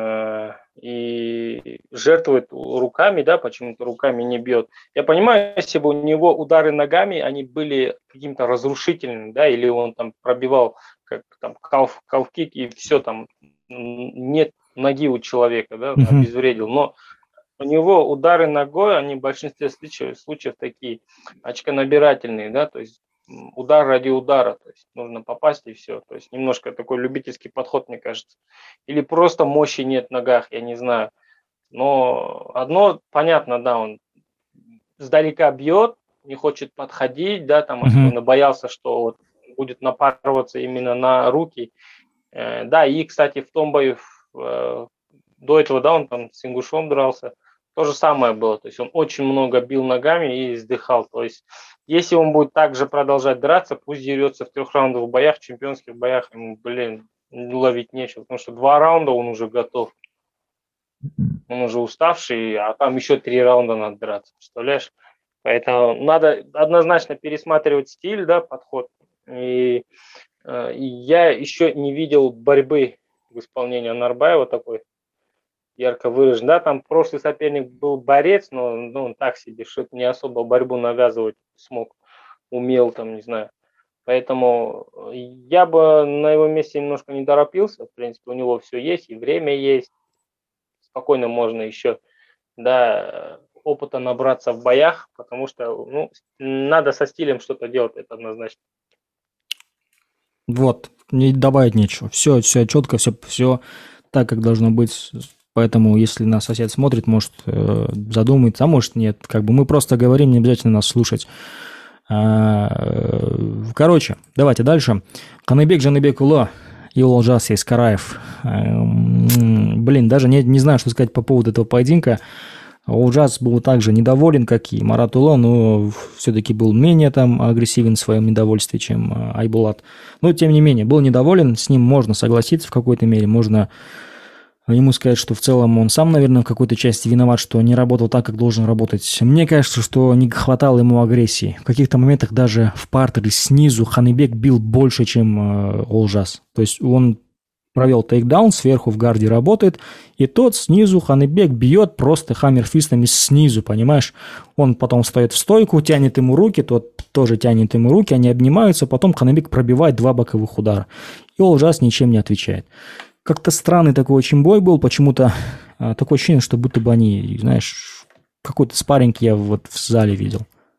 И жертвует руками, да, почему-то руками не бьет. Я понимаю, если бы у него удары ногами, они были каким-то разрушительными, да, или он там пробивал как там калф-кик и все там, нет ноги у человека, да, обезвредил, но у него удары ногой, они в большинстве случаев такие очконабирательные, да, то есть удар ради удара, то есть нужно попасть и все. То есть немножко такой любительский подход, мне кажется. Или просто мощи нет в ногах, я не знаю. Но одно понятно, да, он сдалека бьет, не хочет подходить, да, там особенно боялся, что вот будет напарываться именно на руки. Да, и, кстати, в том бою до этого, да, он там с Ингушом дрался, то же самое было, то есть он очень много бил ногами и издыхал, то есть если он будет также продолжать драться, пусть дерется в трехраундовых боях, в чемпионских боях, ему, блин, ловить нечего, потому что 2 раунда он уже готов, он уже уставший, а там еще 3 раунда надо драться, представляешь? Поэтому надо однозначно пересматривать стиль, да, подход, и я еще не видел борьбы в исполнении Нарбаева такой ярко выражен. Да, там прошлый соперник был борец, но он так себе, что-то не особо борьбу навязывать смог, умел там, не знаю. Поэтому я бы на его месте немножко не торопился. В принципе, у него все есть, и время есть. Спокойно можно еще, да, опыта набраться в боях, потому что, ну, надо со стилем что-то делать, это однозначно. Вот, не добавить нечего. Все четко, все так, как должно быть. Поэтому, если нас сосед смотрит, может задумается, а может нет. Как бы мы просто говорим, не обязательно нас слушать. Короче, давайте дальше. Каныбек Жаныбекуло и Олжас Искараев. Блин, даже не знаю, что сказать по поводу этого поединка. Олжас был также недоволен, как и Марат Уло, но все-таки был менее там агрессивен в своем недовольстве, чем Айбулат. Но, тем не менее, был недоволен, с ним можно согласиться в какой-то мере, можно ему сказать, что в целом он сам, наверное, в какой-то части виноват, что не работал так, как должен работать. Мне кажется, что не хватало ему агрессии. В каких-то моментах даже в партере снизу Ханыбек бил больше, чем Олжас. То есть он провел тейкдаун, сверху в гарде работает, и тот снизу Ханыбек бьет просто хаммерфистами снизу, понимаешь? Он потом встает в стойку, тянет ему руки, тот тоже тянет ему руки, они обнимаются, потом Ханыбек пробивает 2 боковых удара. И Олжас ничем не отвечает. Как-то странный такой очень бой был, почему-то такое ощущение, что будто бы они, знаешь, какой-то спарринг я вот в зале видел.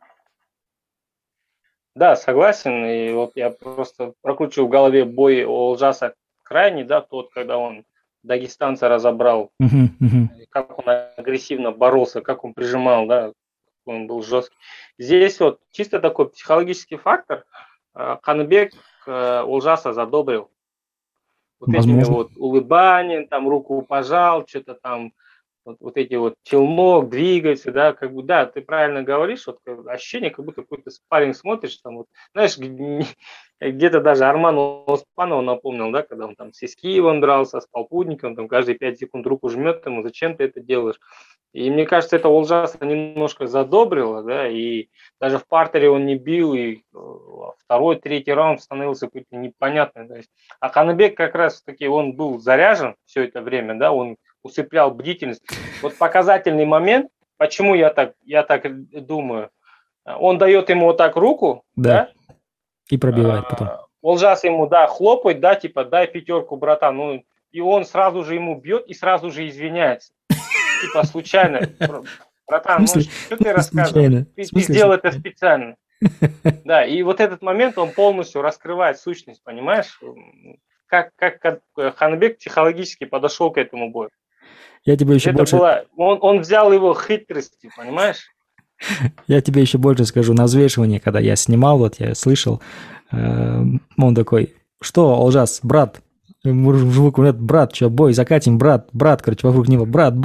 Да, согласен, и вот я просто прокручиваю в голове бой Олжаса крайний, да, тот, когда он дагестанца разобрал, как он агрессивно боролся, как он прижимал, да, он был жесткий. Здесь вот чисто такой психологический фактор. Ханыбек Олжаса задобрил. Вот этими вот улыбанием, там руку пожал, что-то там, вот эти вот челнок, двигается, да, как бы, да, ты правильно говоришь, вот ощущение, как будто какой-то спарринг смотришь, там вот, знаешь, где-то даже Арману Оспанову напомнил, да, когда он там с Искиевым дрался, с Полпутником, там каждые 5 секунд руку жмет ему, зачем ты это делаешь? И мне кажется, это Олжаса немножко задобрило, да, и даже в партере он не бил, и второй, третий раунд становился какой-то непонятный. То есть, а Ханыбек как раз-таки, он был заряжен все это время, да, он усыплял бдительность. Вот показательный момент, почему я так думаю, он дает ему вот так руку, да, и пробивает потом. Олжас ему, да, хлопает, да, типа, дай 5, братан, ну, и он сразу же ему бьет и сразу же извиняется. Типа, случайно. Братан, ну что ты рассказываешь? Ты сделал это специально. Да, и вот этот момент, он полностью раскрывает сущность, понимаешь? Как Ханыбек психологически подошел к этому бою. Я тебе еще больше... Он взял его хитростью, понимаешь? Я тебе еще больше скажу. На взвешивании, когда я снимал, вот я слышал, он такой, что, Олжас, брат? Ему в звук говорят, брат, что, бой закатим, брат, короче, вокруг него, брат.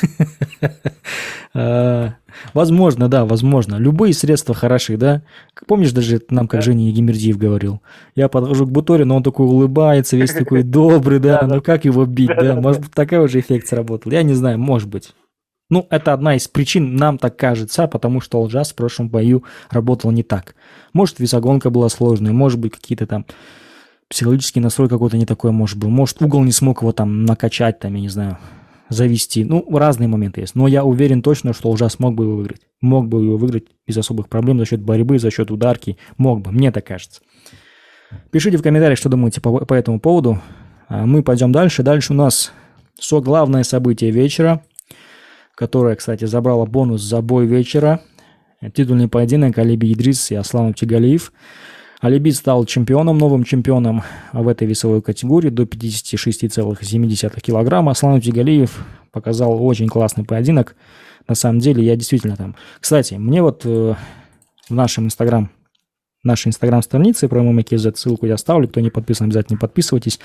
Возможно, да, возможно. Любые средства хороши, да. Помнишь, даже нам, как Женя Егимердиев говорил, я подхожу к Буторину, он такой улыбается, весь такой добрый, да, ну как его бить, да, может быть, такой уже эффект сработал, я не знаю, может быть. Ну, это одна из причин, нам так кажется, потому что Олжас в прошлом бою работал не так. Может, весогонка была сложная, может быть, какие-то там психологический настрой какой-то не такой, может быть. Может, угол не смог его там накачать, там, я не знаю, завести. Ну, разные моменты есть. Но я уверен точно, что Олжас мог бы его выиграть. Мог бы его выиграть без особых проблем за счет борьбы, за счет ударки. Мог бы, мне так кажется. Пишите в комментариях, что думаете по этому поводу. Мы пойдем дальше. Дальше у нас главное событие вечера, которое, кстати, забрало бонус за бой вечера. Титульный поединок Алиби Идрис и Аслан Утигалиев. Алиби стал чемпионом, новым чемпионом в этой весовой категории до 56,7 килограмма. Аслан Утигалиев показал очень классный поединок. На самом деле, я действительно там... Кстати, мне вот в нашей инстаграм-странице про ММА.KZ, ссылку я оставлю, кто не подписан, обязательно подписывайтесь,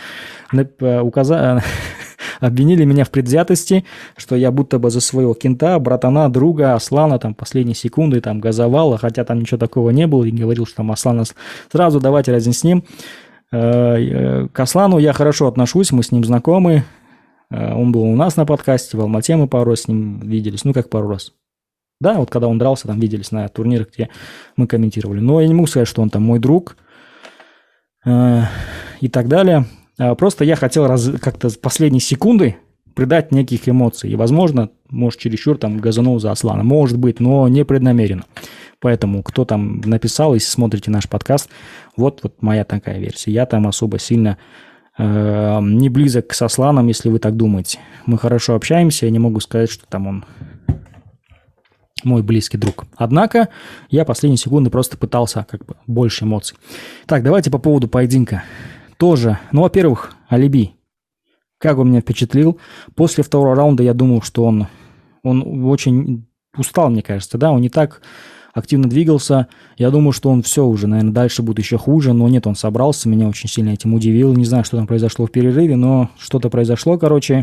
обвинили меня в предвзятости, что я будто бы за своего кента, братана, друга Аслана там последние секунды там газовал, хотя там ничего такого не было, и говорил, что там Аслана сразу давайте разин с ним. К Аслану я хорошо отношусь, мы с ним знакомы, он был у нас на подкасте, в Алмате мы пару раз с ним виделись, ну как пару раз. Да, вот когда он дрался, там виделись на турнирах, где мы комментировали. Но я не могу сказать, что он там мой друг и так далее. Просто я хотел как-то с последней секунды придать неких эмоций. И, возможно, может, чересчур там газанул за Аслана. Может быть, но не преднамеренно. Поэтому, кто там написал, если смотрите наш подкаст, вот моя такая версия. Я там особо сильно не близок с Асланом, если вы так думаете. Мы хорошо общаемся, я не могу сказать, что там он мой близкий друг. Однако я последние секунды просто пытался как бы больше эмоций. Так, давайте по поводу поединка. Тоже, ну, во-первых, Алиби. Как он меня впечатлил. После второго раунда я думал, что он очень устал, мне кажется, да, он не так активно двигался. Я думал, что он все уже, наверное, дальше будет еще хуже, но нет, он собрался, меня очень сильно этим удивил. Не знаю, что там произошло в перерыве, но что-то произошло, короче.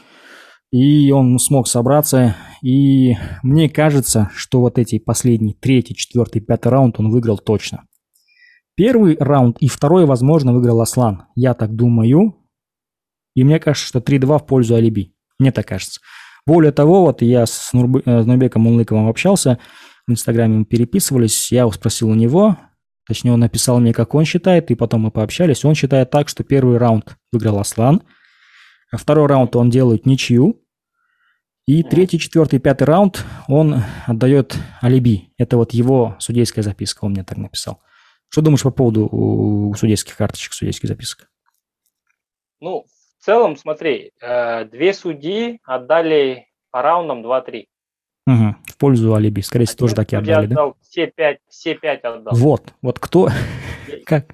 И он смог собраться, и мне кажется, что вот эти последние 3-й, 4-й, 5-й раунд он выиграл точно. Первый раунд и второй, возможно, выиграл Аслан. Я так думаю. И мне кажется, что 3-2 в пользу Алиби. Мне так кажется. Более того, вот я с Нурбеком Мунлыковым общался, в Инстаграме мы переписывались, я спросил у него, точнее, он написал мне, как он считает, и потом мы пообщались. Он считает так, что первый раунд выиграл Аслан, а второй раунд он делает ничью, и 3-й, 4-й, 5-й раунд он отдает Алиби. Это вот его судейская записка, он мне так написал. Что думаешь по поводу судейских карточек, судейских записок? Ну, в целом, смотри, две судьи отдали по раундам 2-3. Угу. В пользу Алиби. Скорее всего, тоже так и отдали, да? Все пять отдал. Вот кто... Как?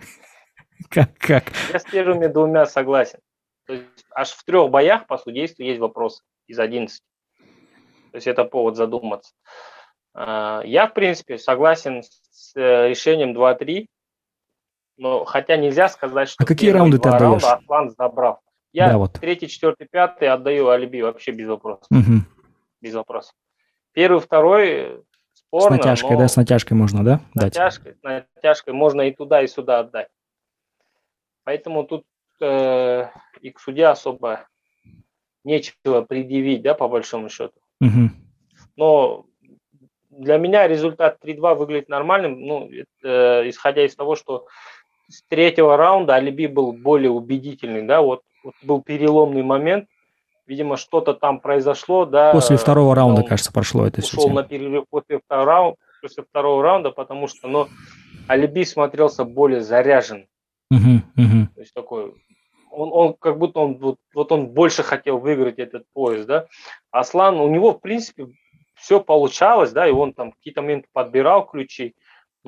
Я с первыми двумя согласен. То есть аж в 3 боях по судейству есть вопросы из 11. То есть это повод задуматься. Я, в принципе, согласен с решением 2-3. Но хотя нельзя сказать, что какие раунды ты отдаешь? Аслан забрал. Я 3-й, 4-й, 5-й отдаю Алиби вообще без вопросов. Угу. Без вопросов. 1-й, 2-й спорно. С натяжкой, да? С натяжкой можно, да? С натяжкой можно и туда, и сюда отдать. Поэтому тут и к судье особо нечего предъявить, да, по большому счету. Угу. Но для меня результат 3-2 выглядит нормальным, ну, исходя из того, что с 3-го раунда Алиби был более убедительный, да, вот был переломный момент, видимо, что-то там произошло, да. После 2-го раунда, кажется, прошло это все. Ушел на перерыв после второго раунда, потому что, ну, Алиби смотрелся более заряжен. То есть такой, он как будто он больше хотел выиграть этот пояс, да. Аслан, у него, в принципе, все получалось, да, и он там в какие-то моменты подбирал ключи,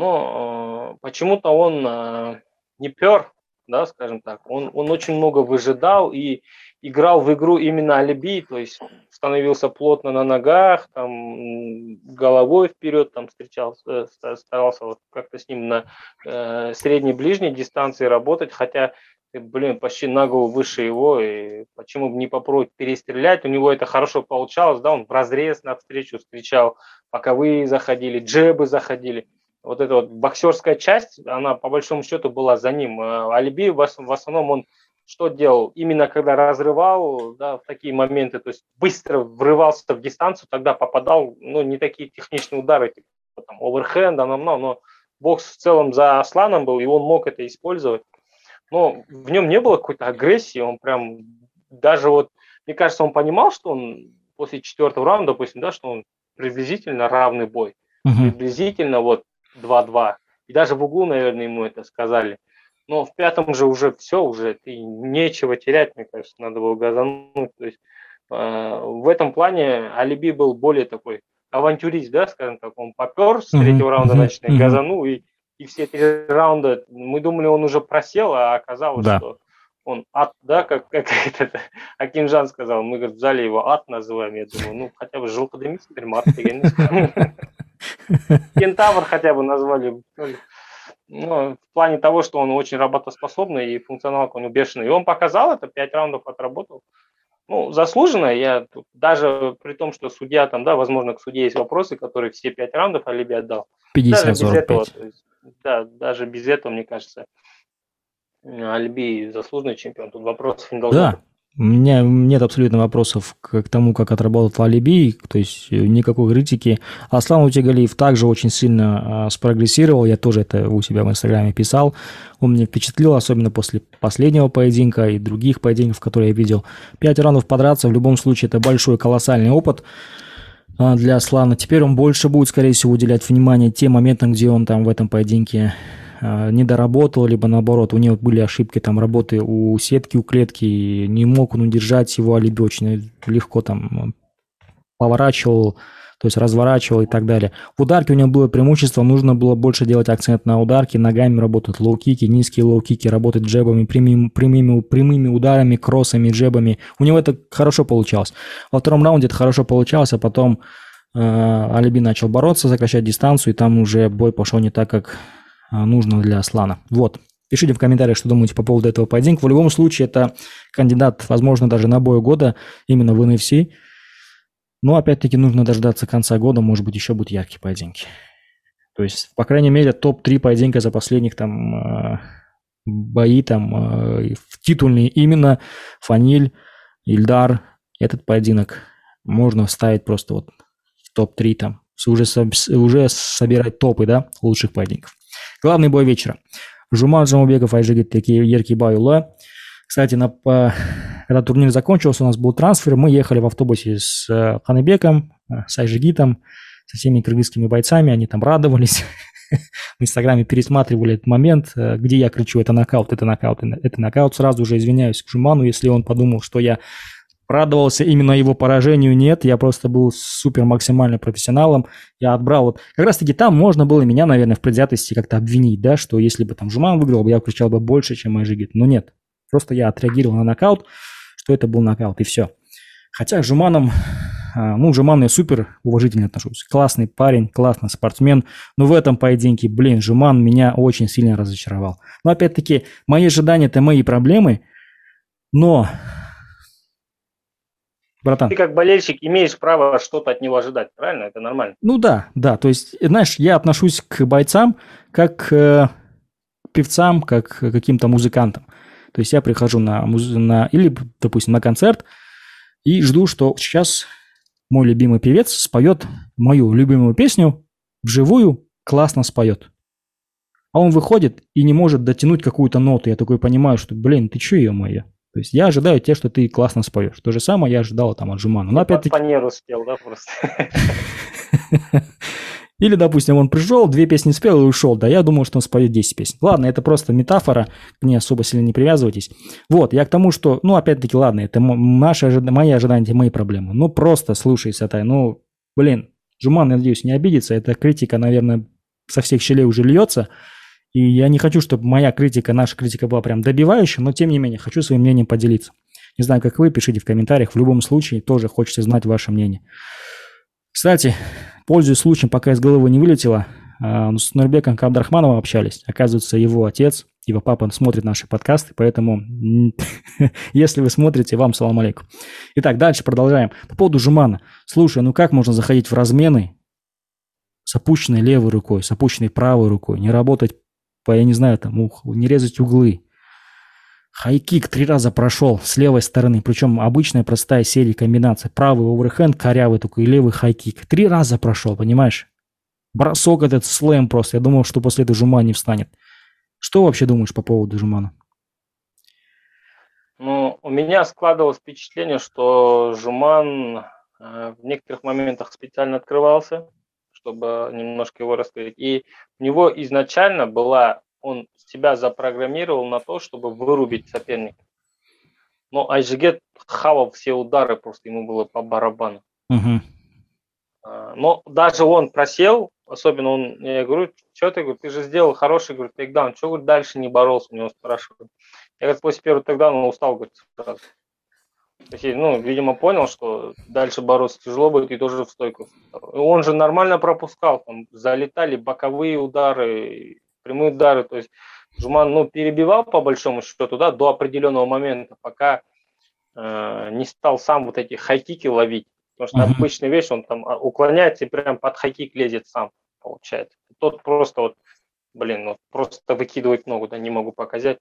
но почему-то он не пер, да, скажем так. Он очень много выжидал и играл в игру именно Алиби, то есть становился плотно на ногах, там головой вперед, там старался вот как-то с ним на средней-ближней дистанции работать, хотя, почти на голову выше его, и почему бы не попробовать перестрелять, у него это хорошо получалось, да, он в разрез навстречу встречал, боковые заходили, джебы заходили. Вот эта вот боксерская часть, она по большому счету была за ним. Алиби в основном он что делал? Именно когда разрывал, да, в такие моменты, то есть быстро врывался в дистанцию, тогда попадал, ну, не такие техничные удары, типа там оверхенд, но бокс в целом за Асланом был, и он мог это использовать. Но в нем не было какой-то агрессии, он прям даже вот, мне кажется, он понимал, что он после 4-го раунда, допустим, да, что он приблизительно равный бой, приблизительно вот 2-2. И даже в углу, наверное, ему это сказали. Но в 5-м же уже все, уже ты нечего терять, мне кажется, надо было газануть. То есть в этом плане Алиби был более такой авантюрист, да, скажем так. Он попер с 3-го раунда, начал газанул и и все 3 раунда, мы думали, он уже просел, а оказалось, Да. что он ад, да, как это Акимжан сказал, мы, говорит, в зале его ад называем, я думаю, ну, хотя бы желтодымится, Кентавр хотя бы назвали. Ну, в плане того, что он очень работоспособный и функционалка у него бешеная. И он показал это, 5 раундов отработал. Ну, заслуженно, я даже при том, что судья там, да, возможно, к судье есть вопросы, которые все 5 раундов Алиби отдал. Даже без этого, 50-45. то есть, да, даже без этого, мне кажется, Альби заслуженный чемпион. Тут вопросов не должно быть. Да, у меня нет абсолютно вопросов к тому, как отработал Алиби, то есть никакой критики. Аслан Утегалиев также очень сильно спрогрессировал, я тоже это у себя в Инстаграме писал. Он меня впечатлил, особенно после последнего поединка и других поединков, которые я видел. 5 раундов подраться, в любом случае, это большой, колоссальный опыт для Аслана. Теперь он больше будет, скорее всего, уделять внимание тем моментам, где он там в этом поединке не доработал, либо наоборот, у него были ошибки там работы у сетки, у клетки, и не мог он удержать его, Алиби очень легко там поворачивал, то есть разворачивал и так далее. В ударке у него было преимущество, нужно было больше делать акцент на ударке, ногами работать лоу-кики, низкие лоу-кики, работать джебами, прямыми ударами, кроссами, джебами. У него это хорошо получалось. Во втором раунде это хорошо получалось, а потом Алиби начал бороться, сокращать дистанцию, и там уже бой пошел не так, как нужно для Аслана. Вот. Пишите в комментариях, что думаете по поводу этого поединка. В любом случае, это кандидат, возможно, даже на бой года именно в NFC. Но, опять-таки, нужно дождаться конца года, может быть, еще будут яркие поединки. То есть, по крайней мере, топ-3 поединка за последних там бои, там титульные именно, Фаниль, Ильдар, этот поединок можно вставить просто вот в топ-3 там, уже собирать топы, да, лучших поединков. Главный бой вечера. Жуман Жамубеков, Айжигит Еркибайула. Кстати, когда турнир закончился, у нас был трансфер. Мы ехали в автобусе с Ханыбеком, с Айжигитом, со всеми кыргызскими бойцами. Они там радовались. В Инстаграме пересматривали этот момент, где я кричу: это нокаут, это нокаут, это нокаут. Сразу же извиняюсь к Жуману, если он подумал, что я радовался именно его поражению. Нет, я просто был супер максимально профессионалом. Я отбрал вот... Как раз-таки там можно было меня, наверное, в предвзятости как-то обвинить, да, что если бы там Жуман выиграл, я кричал бы больше, чем Айжигит. Но нет, просто я отреагировал на нокаут, что это был нокаут, и все. Хотя к Жуманом... Жуману я супер уважительно отношусь. Классный парень, классный спортсмен. Но в этом поединке, Жуман меня очень сильно разочаровал. Но опять-таки, мои ожидания – это мои проблемы. Но... Братан. Ты как болельщик имеешь право что-то от него ожидать, правильно? Это нормально. Ну да. То есть, знаешь, я отношусь к бойцам как к певцам, как к каким-то музыкантам. То есть я прихожу или, допустим, на концерт и жду, что сейчас мой любимый певец споет мою любимую песню вживую, классно споет. А он выходит и не может дотянуть какую-то ноту. Я такой понимаю, что, ты че, ё-моё? То есть я ожидаю тебя, что ты классно споешь. То же самое я ожидал там от Жумана. Но опять-таки... По нерву спел, да, просто? Или, допустим, он пришел, 2 песни спел и ушел. Да, я думал, что он споет 10 песен. Ладно, это просто метафора, к ней особо сильно не привязывайтесь. Вот, я к тому, что, опять-таки, ладно, это мои ожидания, мои проблемы. Просто слушай, Сатай, Жуман, я надеюсь, не обидится. Эта критика, наверное, со всех щелей уже льется. И я не хочу, чтобы наша критика была прям добивающая, но тем не менее, хочу своим мнением поделиться. Не знаю, как вы, пишите в комментариях. В любом случае, тоже хочется знать ваше мнение. Кстати, пользуясь случаем, пока из головы не вылетело, с Нурбеком Абдрахмановым общались. Оказывается, его отец, его папа смотрит наши подкасты, поэтому, если вы смотрите, вам салам алейкум. Итак, дальше продолжаем. По поводу Жумана. Слушай, как можно заходить в размены с опущенной левой рукой, с опущенной правой рукой, не работать не резать углы. Хайкик 3 раза прошел с левой стороны, причем обычная простая серия комбинация. Правый оверхенд, корявый такой, левый хайкик. 3 раза прошел, понимаешь? Бросок этот, слэм просто. Я думал, что после этого Жуман не встанет. Что вообще думаешь по поводу Жумана? У меня складывалось впечатление, что Жуман в некоторых моментах специально открывался, чтобы немножко его раскрыть. И у него изначально он себя запрограммировал на то, чтобы вырубить соперника. Но Айжигет хавал все удары, просто ему было по барабану. Угу. Но даже он просел, особенно он, я говорю, что ты, говорю, ты же сделал хороший, говорю, тейкдаун, что, говорю, дальше не боролся, у него спрашивают. Я, говорю, после первого тейкдауна устал, говорит, сразу. То есть, ну, видимо, понял, что дальше бороться тяжело будет, и тоже в стойку. Он же нормально пропускал, там залетали боковые удары, прямые удары, то есть Жуман, ну, перебивал по большому счету, да, до определенного момента, пока не стал сам вот эти хайкики ловить. Потому что обычная вещь, он там уклоняется и прям под хайкик лезет сам, получается. Тот просто вот, блин, ну просто выкидывать ногу, да, не могу показать.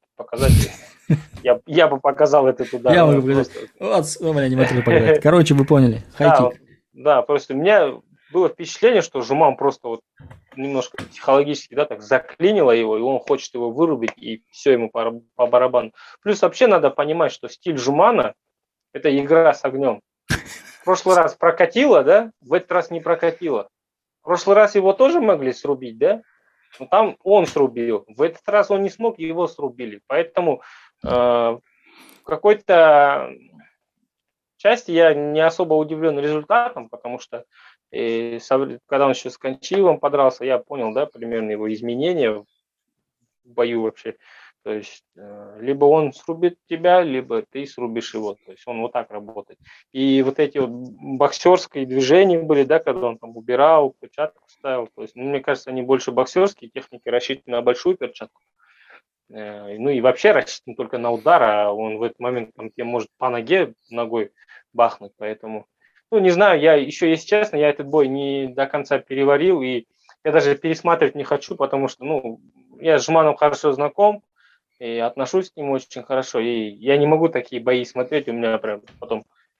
Я бы показал этот удар. Я могу показать. Вот, не могу показать. Короче, вы поняли. Хайкик. Да, просто у меня было впечатление, что Жуман просто вот немножко психологически, да, так заклинило его, и он хочет его вырубить, и все ему по барабану. Плюс вообще надо понимать, что стиль Жумана – это игра с огнем. В прошлый раз прокатило, да, в этот раз не прокатило. В прошлый раз его тоже могли срубить, да, но там он срубил. В этот раз он не смог, его срубили. Поэтому в какой-то части я не особо удивлен результатом, потому что когда он еще с Кончилом подрался, я понял, да, примерно его изменения в бою вообще. То есть либо он срубит тебя, либо ты срубишь его. То есть он вот так работает. И вот эти вот боксерские движения были, да, когда он там убирал, перчатку ставил. То есть, ну, мне кажется, они больше боксерские техники, рассчитаны на большую перчатку. Ну и вообще рассчитан только на удар, а он в этот момент там тебе может по ноге ногой бахнуть. Поэтому, ну, не знаю, я еще, если честно, я этот бой не до конца переварил, и я даже пересматривать не хочу, потому что, ну, я с Жуманом хорошо знаком, и отношусь к нему очень хорошо, и я не могу такие бои смотреть, у меня прям потом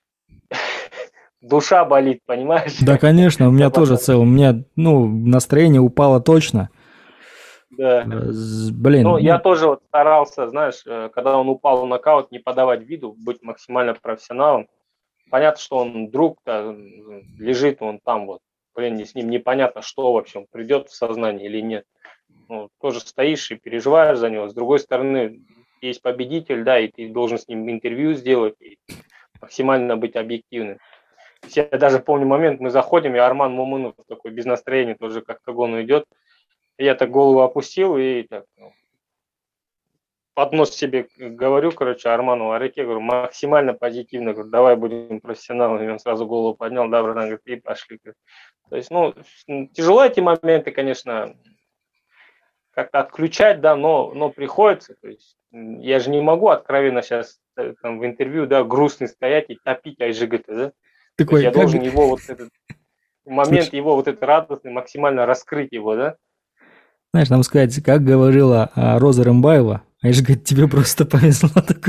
душа болит, понимаешь? Да, конечно, у меня тоже целом, у меня, ну, настроение упало точно. Да. Блин. Ну, я тоже вот старался, знаешь, когда он упал в нокаут, не подавать виду, быть максимально профессионалом. Понятно, что он друг, лежит он там вот, блин, с ним непонятно, что вообще, он придет в сознание или нет. Ну, тоже стоишь и переживаешь за него. С другой стороны, есть победитель, да, и ты должен с ним интервью сделать и максимально быть объективным. Я даже помню момент, мы заходим, и Арман Мумунов такой без настроения тоже к октагону идет. Я так голову опустил и так, ну, под нос себе говорю, короче, Арману Ареке, говорю, максимально позитивно, говорю, давай будем профессионалами. И он сразу голову поднял, да, братан, говорит, и пошли. То есть, ну, тяжело эти моменты, конечно, как-то отключать, да, но приходится. То есть я же не могу откровенно сейчас там, в интервью, да, грустный стоять и топить IGGT, да. Такой, я должен его вот этот момент, его вот этот радостный, максимально раскрыть его, да. Знаешь, нам сказать, как говорила Роза Рымбаева, IGGT, тебе просто повезло такое.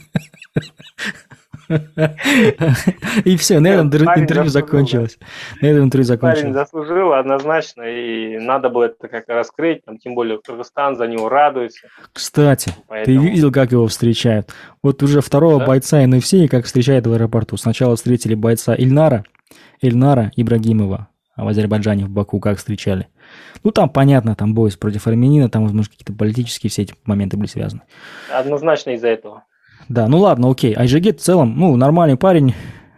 И все, на этом интервью закончилось. На этом интервью закончилось. Парень заслужил однозначно, и надо было это как-то раскрыть, там, тем более Кыргызстан за него радуется. Кстати, ты видел, как его встречают? Вот уже второго бойца NFC как встречают в аэропорту. Сначала встретили бойца Ильнара Ибрагимова в Азербайджане, в Баку, как встречали. Ну, там понятно, там бой против армянина, там, возможно, какие-то политические все эти моменты были связаны. Однозначно из-за этого. Да, ну ладно, окей. IGGT в целом, ну, нормальный парень.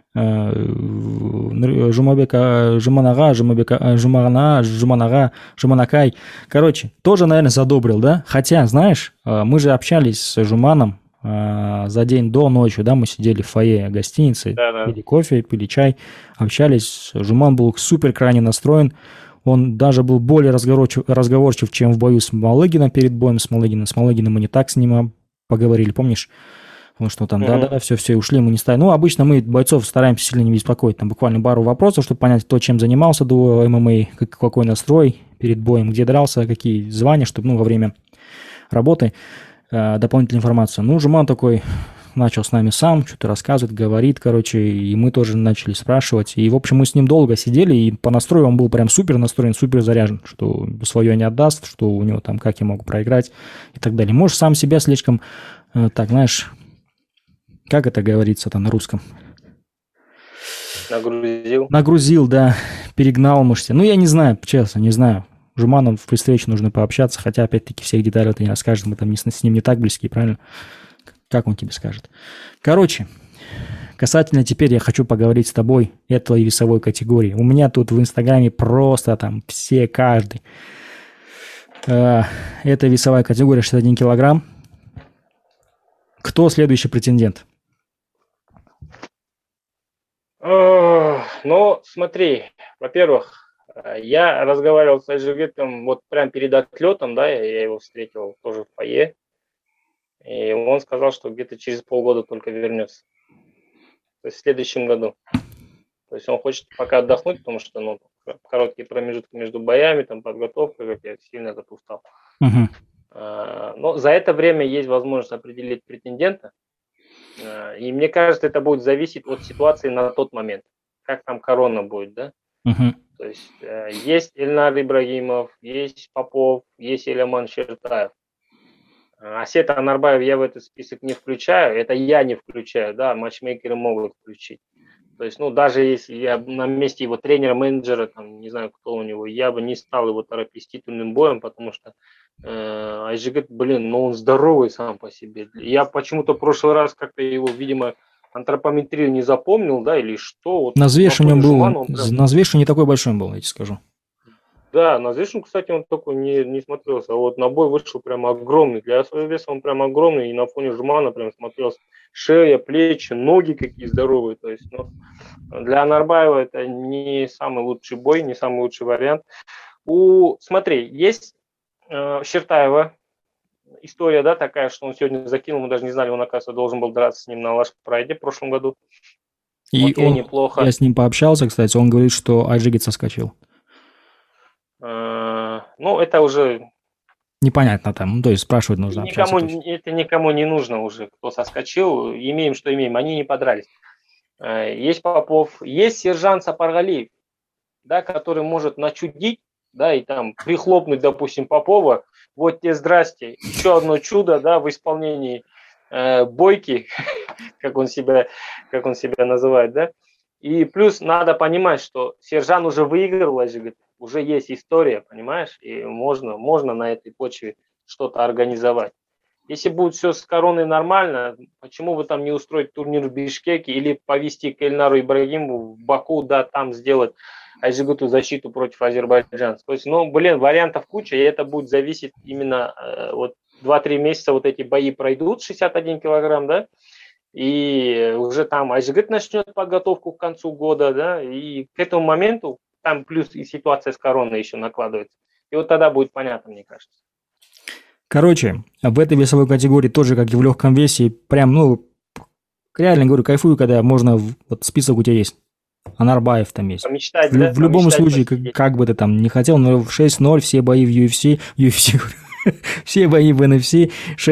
Жуманакай. Короче, тоже, наверное, задобрил, да? Хотя, знаешь, мы же общались с Жуманом за день до ночью, да, мы сидели в фойе гостиницы, пили кофе, пили чай, общались. Жуман был супер крайне настроен. Он даже был более разговорчив, чем в бою с Малыгином перед боем с Малыгином. С Малыгином мы не так с ним поговорили, помнишь? Потому что там, да, все, ушли, мы не стали. Ну, обычно мы бойцов стараемся сильно не беспокоить. Там буквально пару вопросов, чтобы понять, кто чем занимался до ММА, какой настрой перед боем, где дрался, какие звания, чтобы, ну, во время работы дополнительную информацию. Ну, Жуман такой начал с нами сам, что-то рассказывает, говорит, короче, и мы тоже начали спрашивать. И, в общем, мы с ним долго сидели, и по настрою он был прям супер настроен, супер заряжен, что свое не отдаст, что у него там, как я могу проиграть и так далее. Может, сам себя слишком, так, знаешь, как это говорится там на русском? Нагрузил, да, перегнал, может. Ну, я не знаю, честно, не знаю. Жуманом при встрече нужно пообщаться, хотя, опять-таки, всех деталей ты не расскажешь, мы там с ним не так близки, правильно? Как он тебе скажет? Короче, Касательно теперь я хочу поговорить с тобой этой весовой категории. У меня тут в Инстаграме просто там все, каждый. Это весовая категория 61 килограмм. Кто следующий претендент? Ну, смотри, во-первых, я разговаривал с Айжигитом вот прям перед отлетом, да, я его встретил тоже в фойе, и он сказал, что где-то через полгода только вернется, то есть в следующем году. То есть он хочет пока отдохнуть, потому что, ну, короткие промежутки между боями, там, подготовка, как я сильно этот устал. Угу. Но за это время есть возможность определить претендента, и мне кажется, это будет зависеть от ситуации на тот момент, как там корона будет, да. Угу. То есть есть Эльнар Ибрагимов, есть Попов, есть Иляман Чертаев. Асета Анарбаев я в этот список не включаю, это я не включаю, да, матчмейкеры могут включить. То есть, ну, даже если я на месте его тренера, менеджера, там, не знаю, кто у него, я бы не стал его торопить с титульным боем, потому что Айжигит, блин, ну он здоровый сам по себе. Я почему-то в прошлый раз как-то его, видимо, антропометрию не запомнил, да, или что. Вот, на взвешивании Жумана, был, на взвешивании не такой большой был, я тебе скажу. Да, на взвешивании, кстати, он такой не смотрелся, а вот на бой вышел прям огромный. Для своего веса он прям огромный, и на фоне Жумана прям смотрелся шея, плечи, ноги какие здоровые. То есть, ну, для Анарбаева это не самый лучший бой, не самый лучший вариант. Смотри, есть Чертаева история, да, такая, что он сегодня закинул, мы даже не знали, он, оказывается, должен был драться с ним на Лаш-Прайде в прошлом году. И он неплохо. Я с ним пообщался, кстати, он говорит, что Айжигит соскочил. Ну, это уже... Непонятно там, то есть спрашивать нужно общаться. Это никому не нужно уже, кто соскочил, имеем, что имеем, они не подрались. Есть Попов, есть сержант Сапаргалиев, да, который может начудить, да, и там прихлопнуть, допустим, Попова, вот тебе здрасте, еще одно чудо, да, в исполнении Бойки, как он себя называет, да, и плюс надо понимать, что сержант уже выиграл, уже есть история, понимаешь, и можно на этой почве что-то организовать. Если будет все с короной нормально, почему бы там не устроить турнир в Бишкеке или повести к Эльнару Ибрагимову в Баку, да, там сделать Айжигиту защиту против азербайджанцев. То есть, ну, блин, вариантов куча, и это будет зависеть именно вот 2-3 месяца вот эти бои пройдут, 61 килограмм, да, и уже там Айжигит начнет подготовку к концу года, да, и к этому моменту там плюс и ситуация с короной еще накладывается. И вот тогда будет понятно, мне кажется. Короче, в этой весовой категории тоже, как и в легком весе, прям, ну, реально говорю, кайфую, когда можно, вот список у тебя есть. Анарбаев там есть. Помечтать, в любом случае, как бы ты там не хотел, но в 6-0 все бои в UFC все бои в NFC,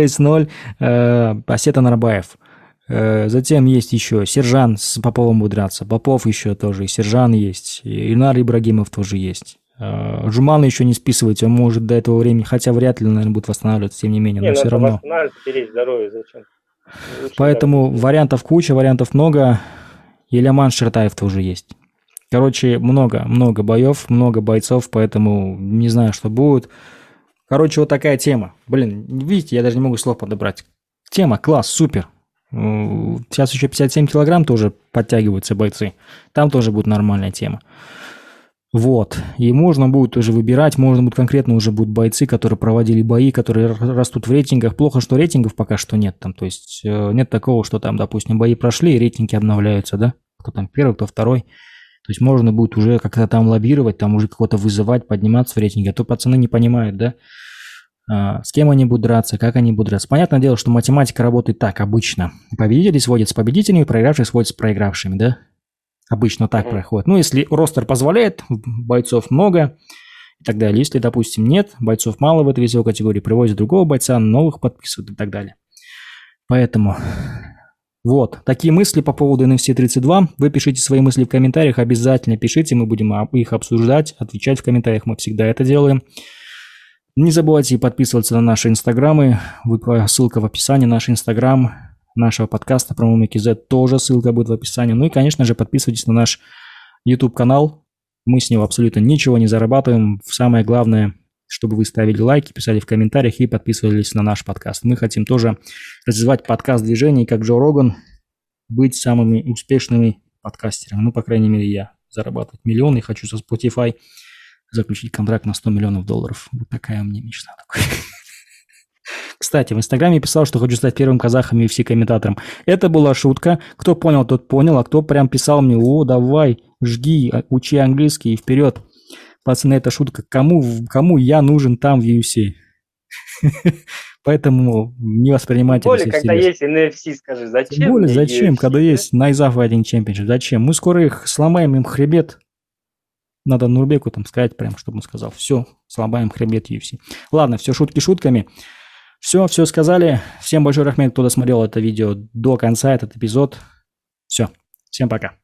6-0, Асет Анарбаев. Затем есть еще Сержан с Поповым будет драться. Попов еще тоже, и Сержан есть, и Ильнар Ибрагимов тоже есть. Жумана еще не списывать, он может до этого времени, хотя вряд ли, наверное, будет восстанавливаться, тем не менее, но все равно. Беречь здоровье, зачем? Поэтому вариантов куча, вариантов много. Иляман Чертаев тоже есть. Короче, много боев, много бойцов, поэтому не знаю, что будет. Короче, вот такая тема. Блин, видите, я даже не могу слов подобрать. Тема, класс, супер. Сейчас еще 57 килограмм тоже подтягиваются бойцы. Там тоже будет нормальная тема. Вот. И можно будет уже выбирать, можно будет конкретно уже будут бойцы, которые проводили бои, которые растут в рейтингах. Плохо, что рейтингов пока что нет там. То есть нет такого, что там, допустим, бои прошли, и рейтинги обновляются, да? Кто там первый, кто второй. То есть можно будет уже как-то там лоббировать, там уже кого-то вызывать, подниматься в рейтинге. А то пацаны не понимают, да? С кем они будут драться, как они будут драться. Понятное дело, что математика работает так обычно. Победители сводят с победителями, проигравшие сводят с проигравшими, да? Обычно так проходит. Ну, если ростер позволяет, бойцов много и так далее. Если, допустим, нет, бойцов мало в этой весовой категории, привозят другого бойца, новых подписывают и так далее. Поэтому вот, такие мысли по поводу NFC 32. Вы пишите свои мысли в комментариях, обязательно пишите, мы будем их обсуждать, отвечать в комментариях, мы всегда это делаем. Не забывайте подписываться на наши инстаграмы, ссылка в описании, наш инстаграм нашего подкаста про MMAKZ тоже ссылка будет в описании. Ну и, конечно же, подписывайтесь на наш YouTube-канал. Мы с него абсолютно ничего не зарабатываем. Самое главное, чтобы вы ставили лайки, писали в комментариях и подписывались на наш подкаст. Мы хотим тоже развивать подкаст движений, как Джо Роган. быть самыми успешными подкастерами. Ну, по крайней мере, я зарабатывать миллионы. И хочу со Spotify заключить контракт на $100 миллионов. Вот такая у меня мечта. Кстати, в Инстаграме писал, что хочу стать первым казахом UFC-комментатором. Это была шутка. Кто понял, тот понял. А кто прям писал мне: о, давай, жги, учи английский и вперед. Пацаны, это шутка. Кому я нужен там в UFC? Поэтому не воспринимайте это всерьез. Тем более, когда есть NFC, скажи, зачем? Тем более, зачем, когда есть Найза Fighting Championship? Зачем? Мы скоро их сломаем, им хребет. Надо Нурбеку там сказать прям, чтобы он сказал: все, сломаем хребет UFC. Ладно, все шутки шутками. Все сказали. Всем большой рахмет, кто досмотрел это видео до конца, этот эпизод. Все, всем пока.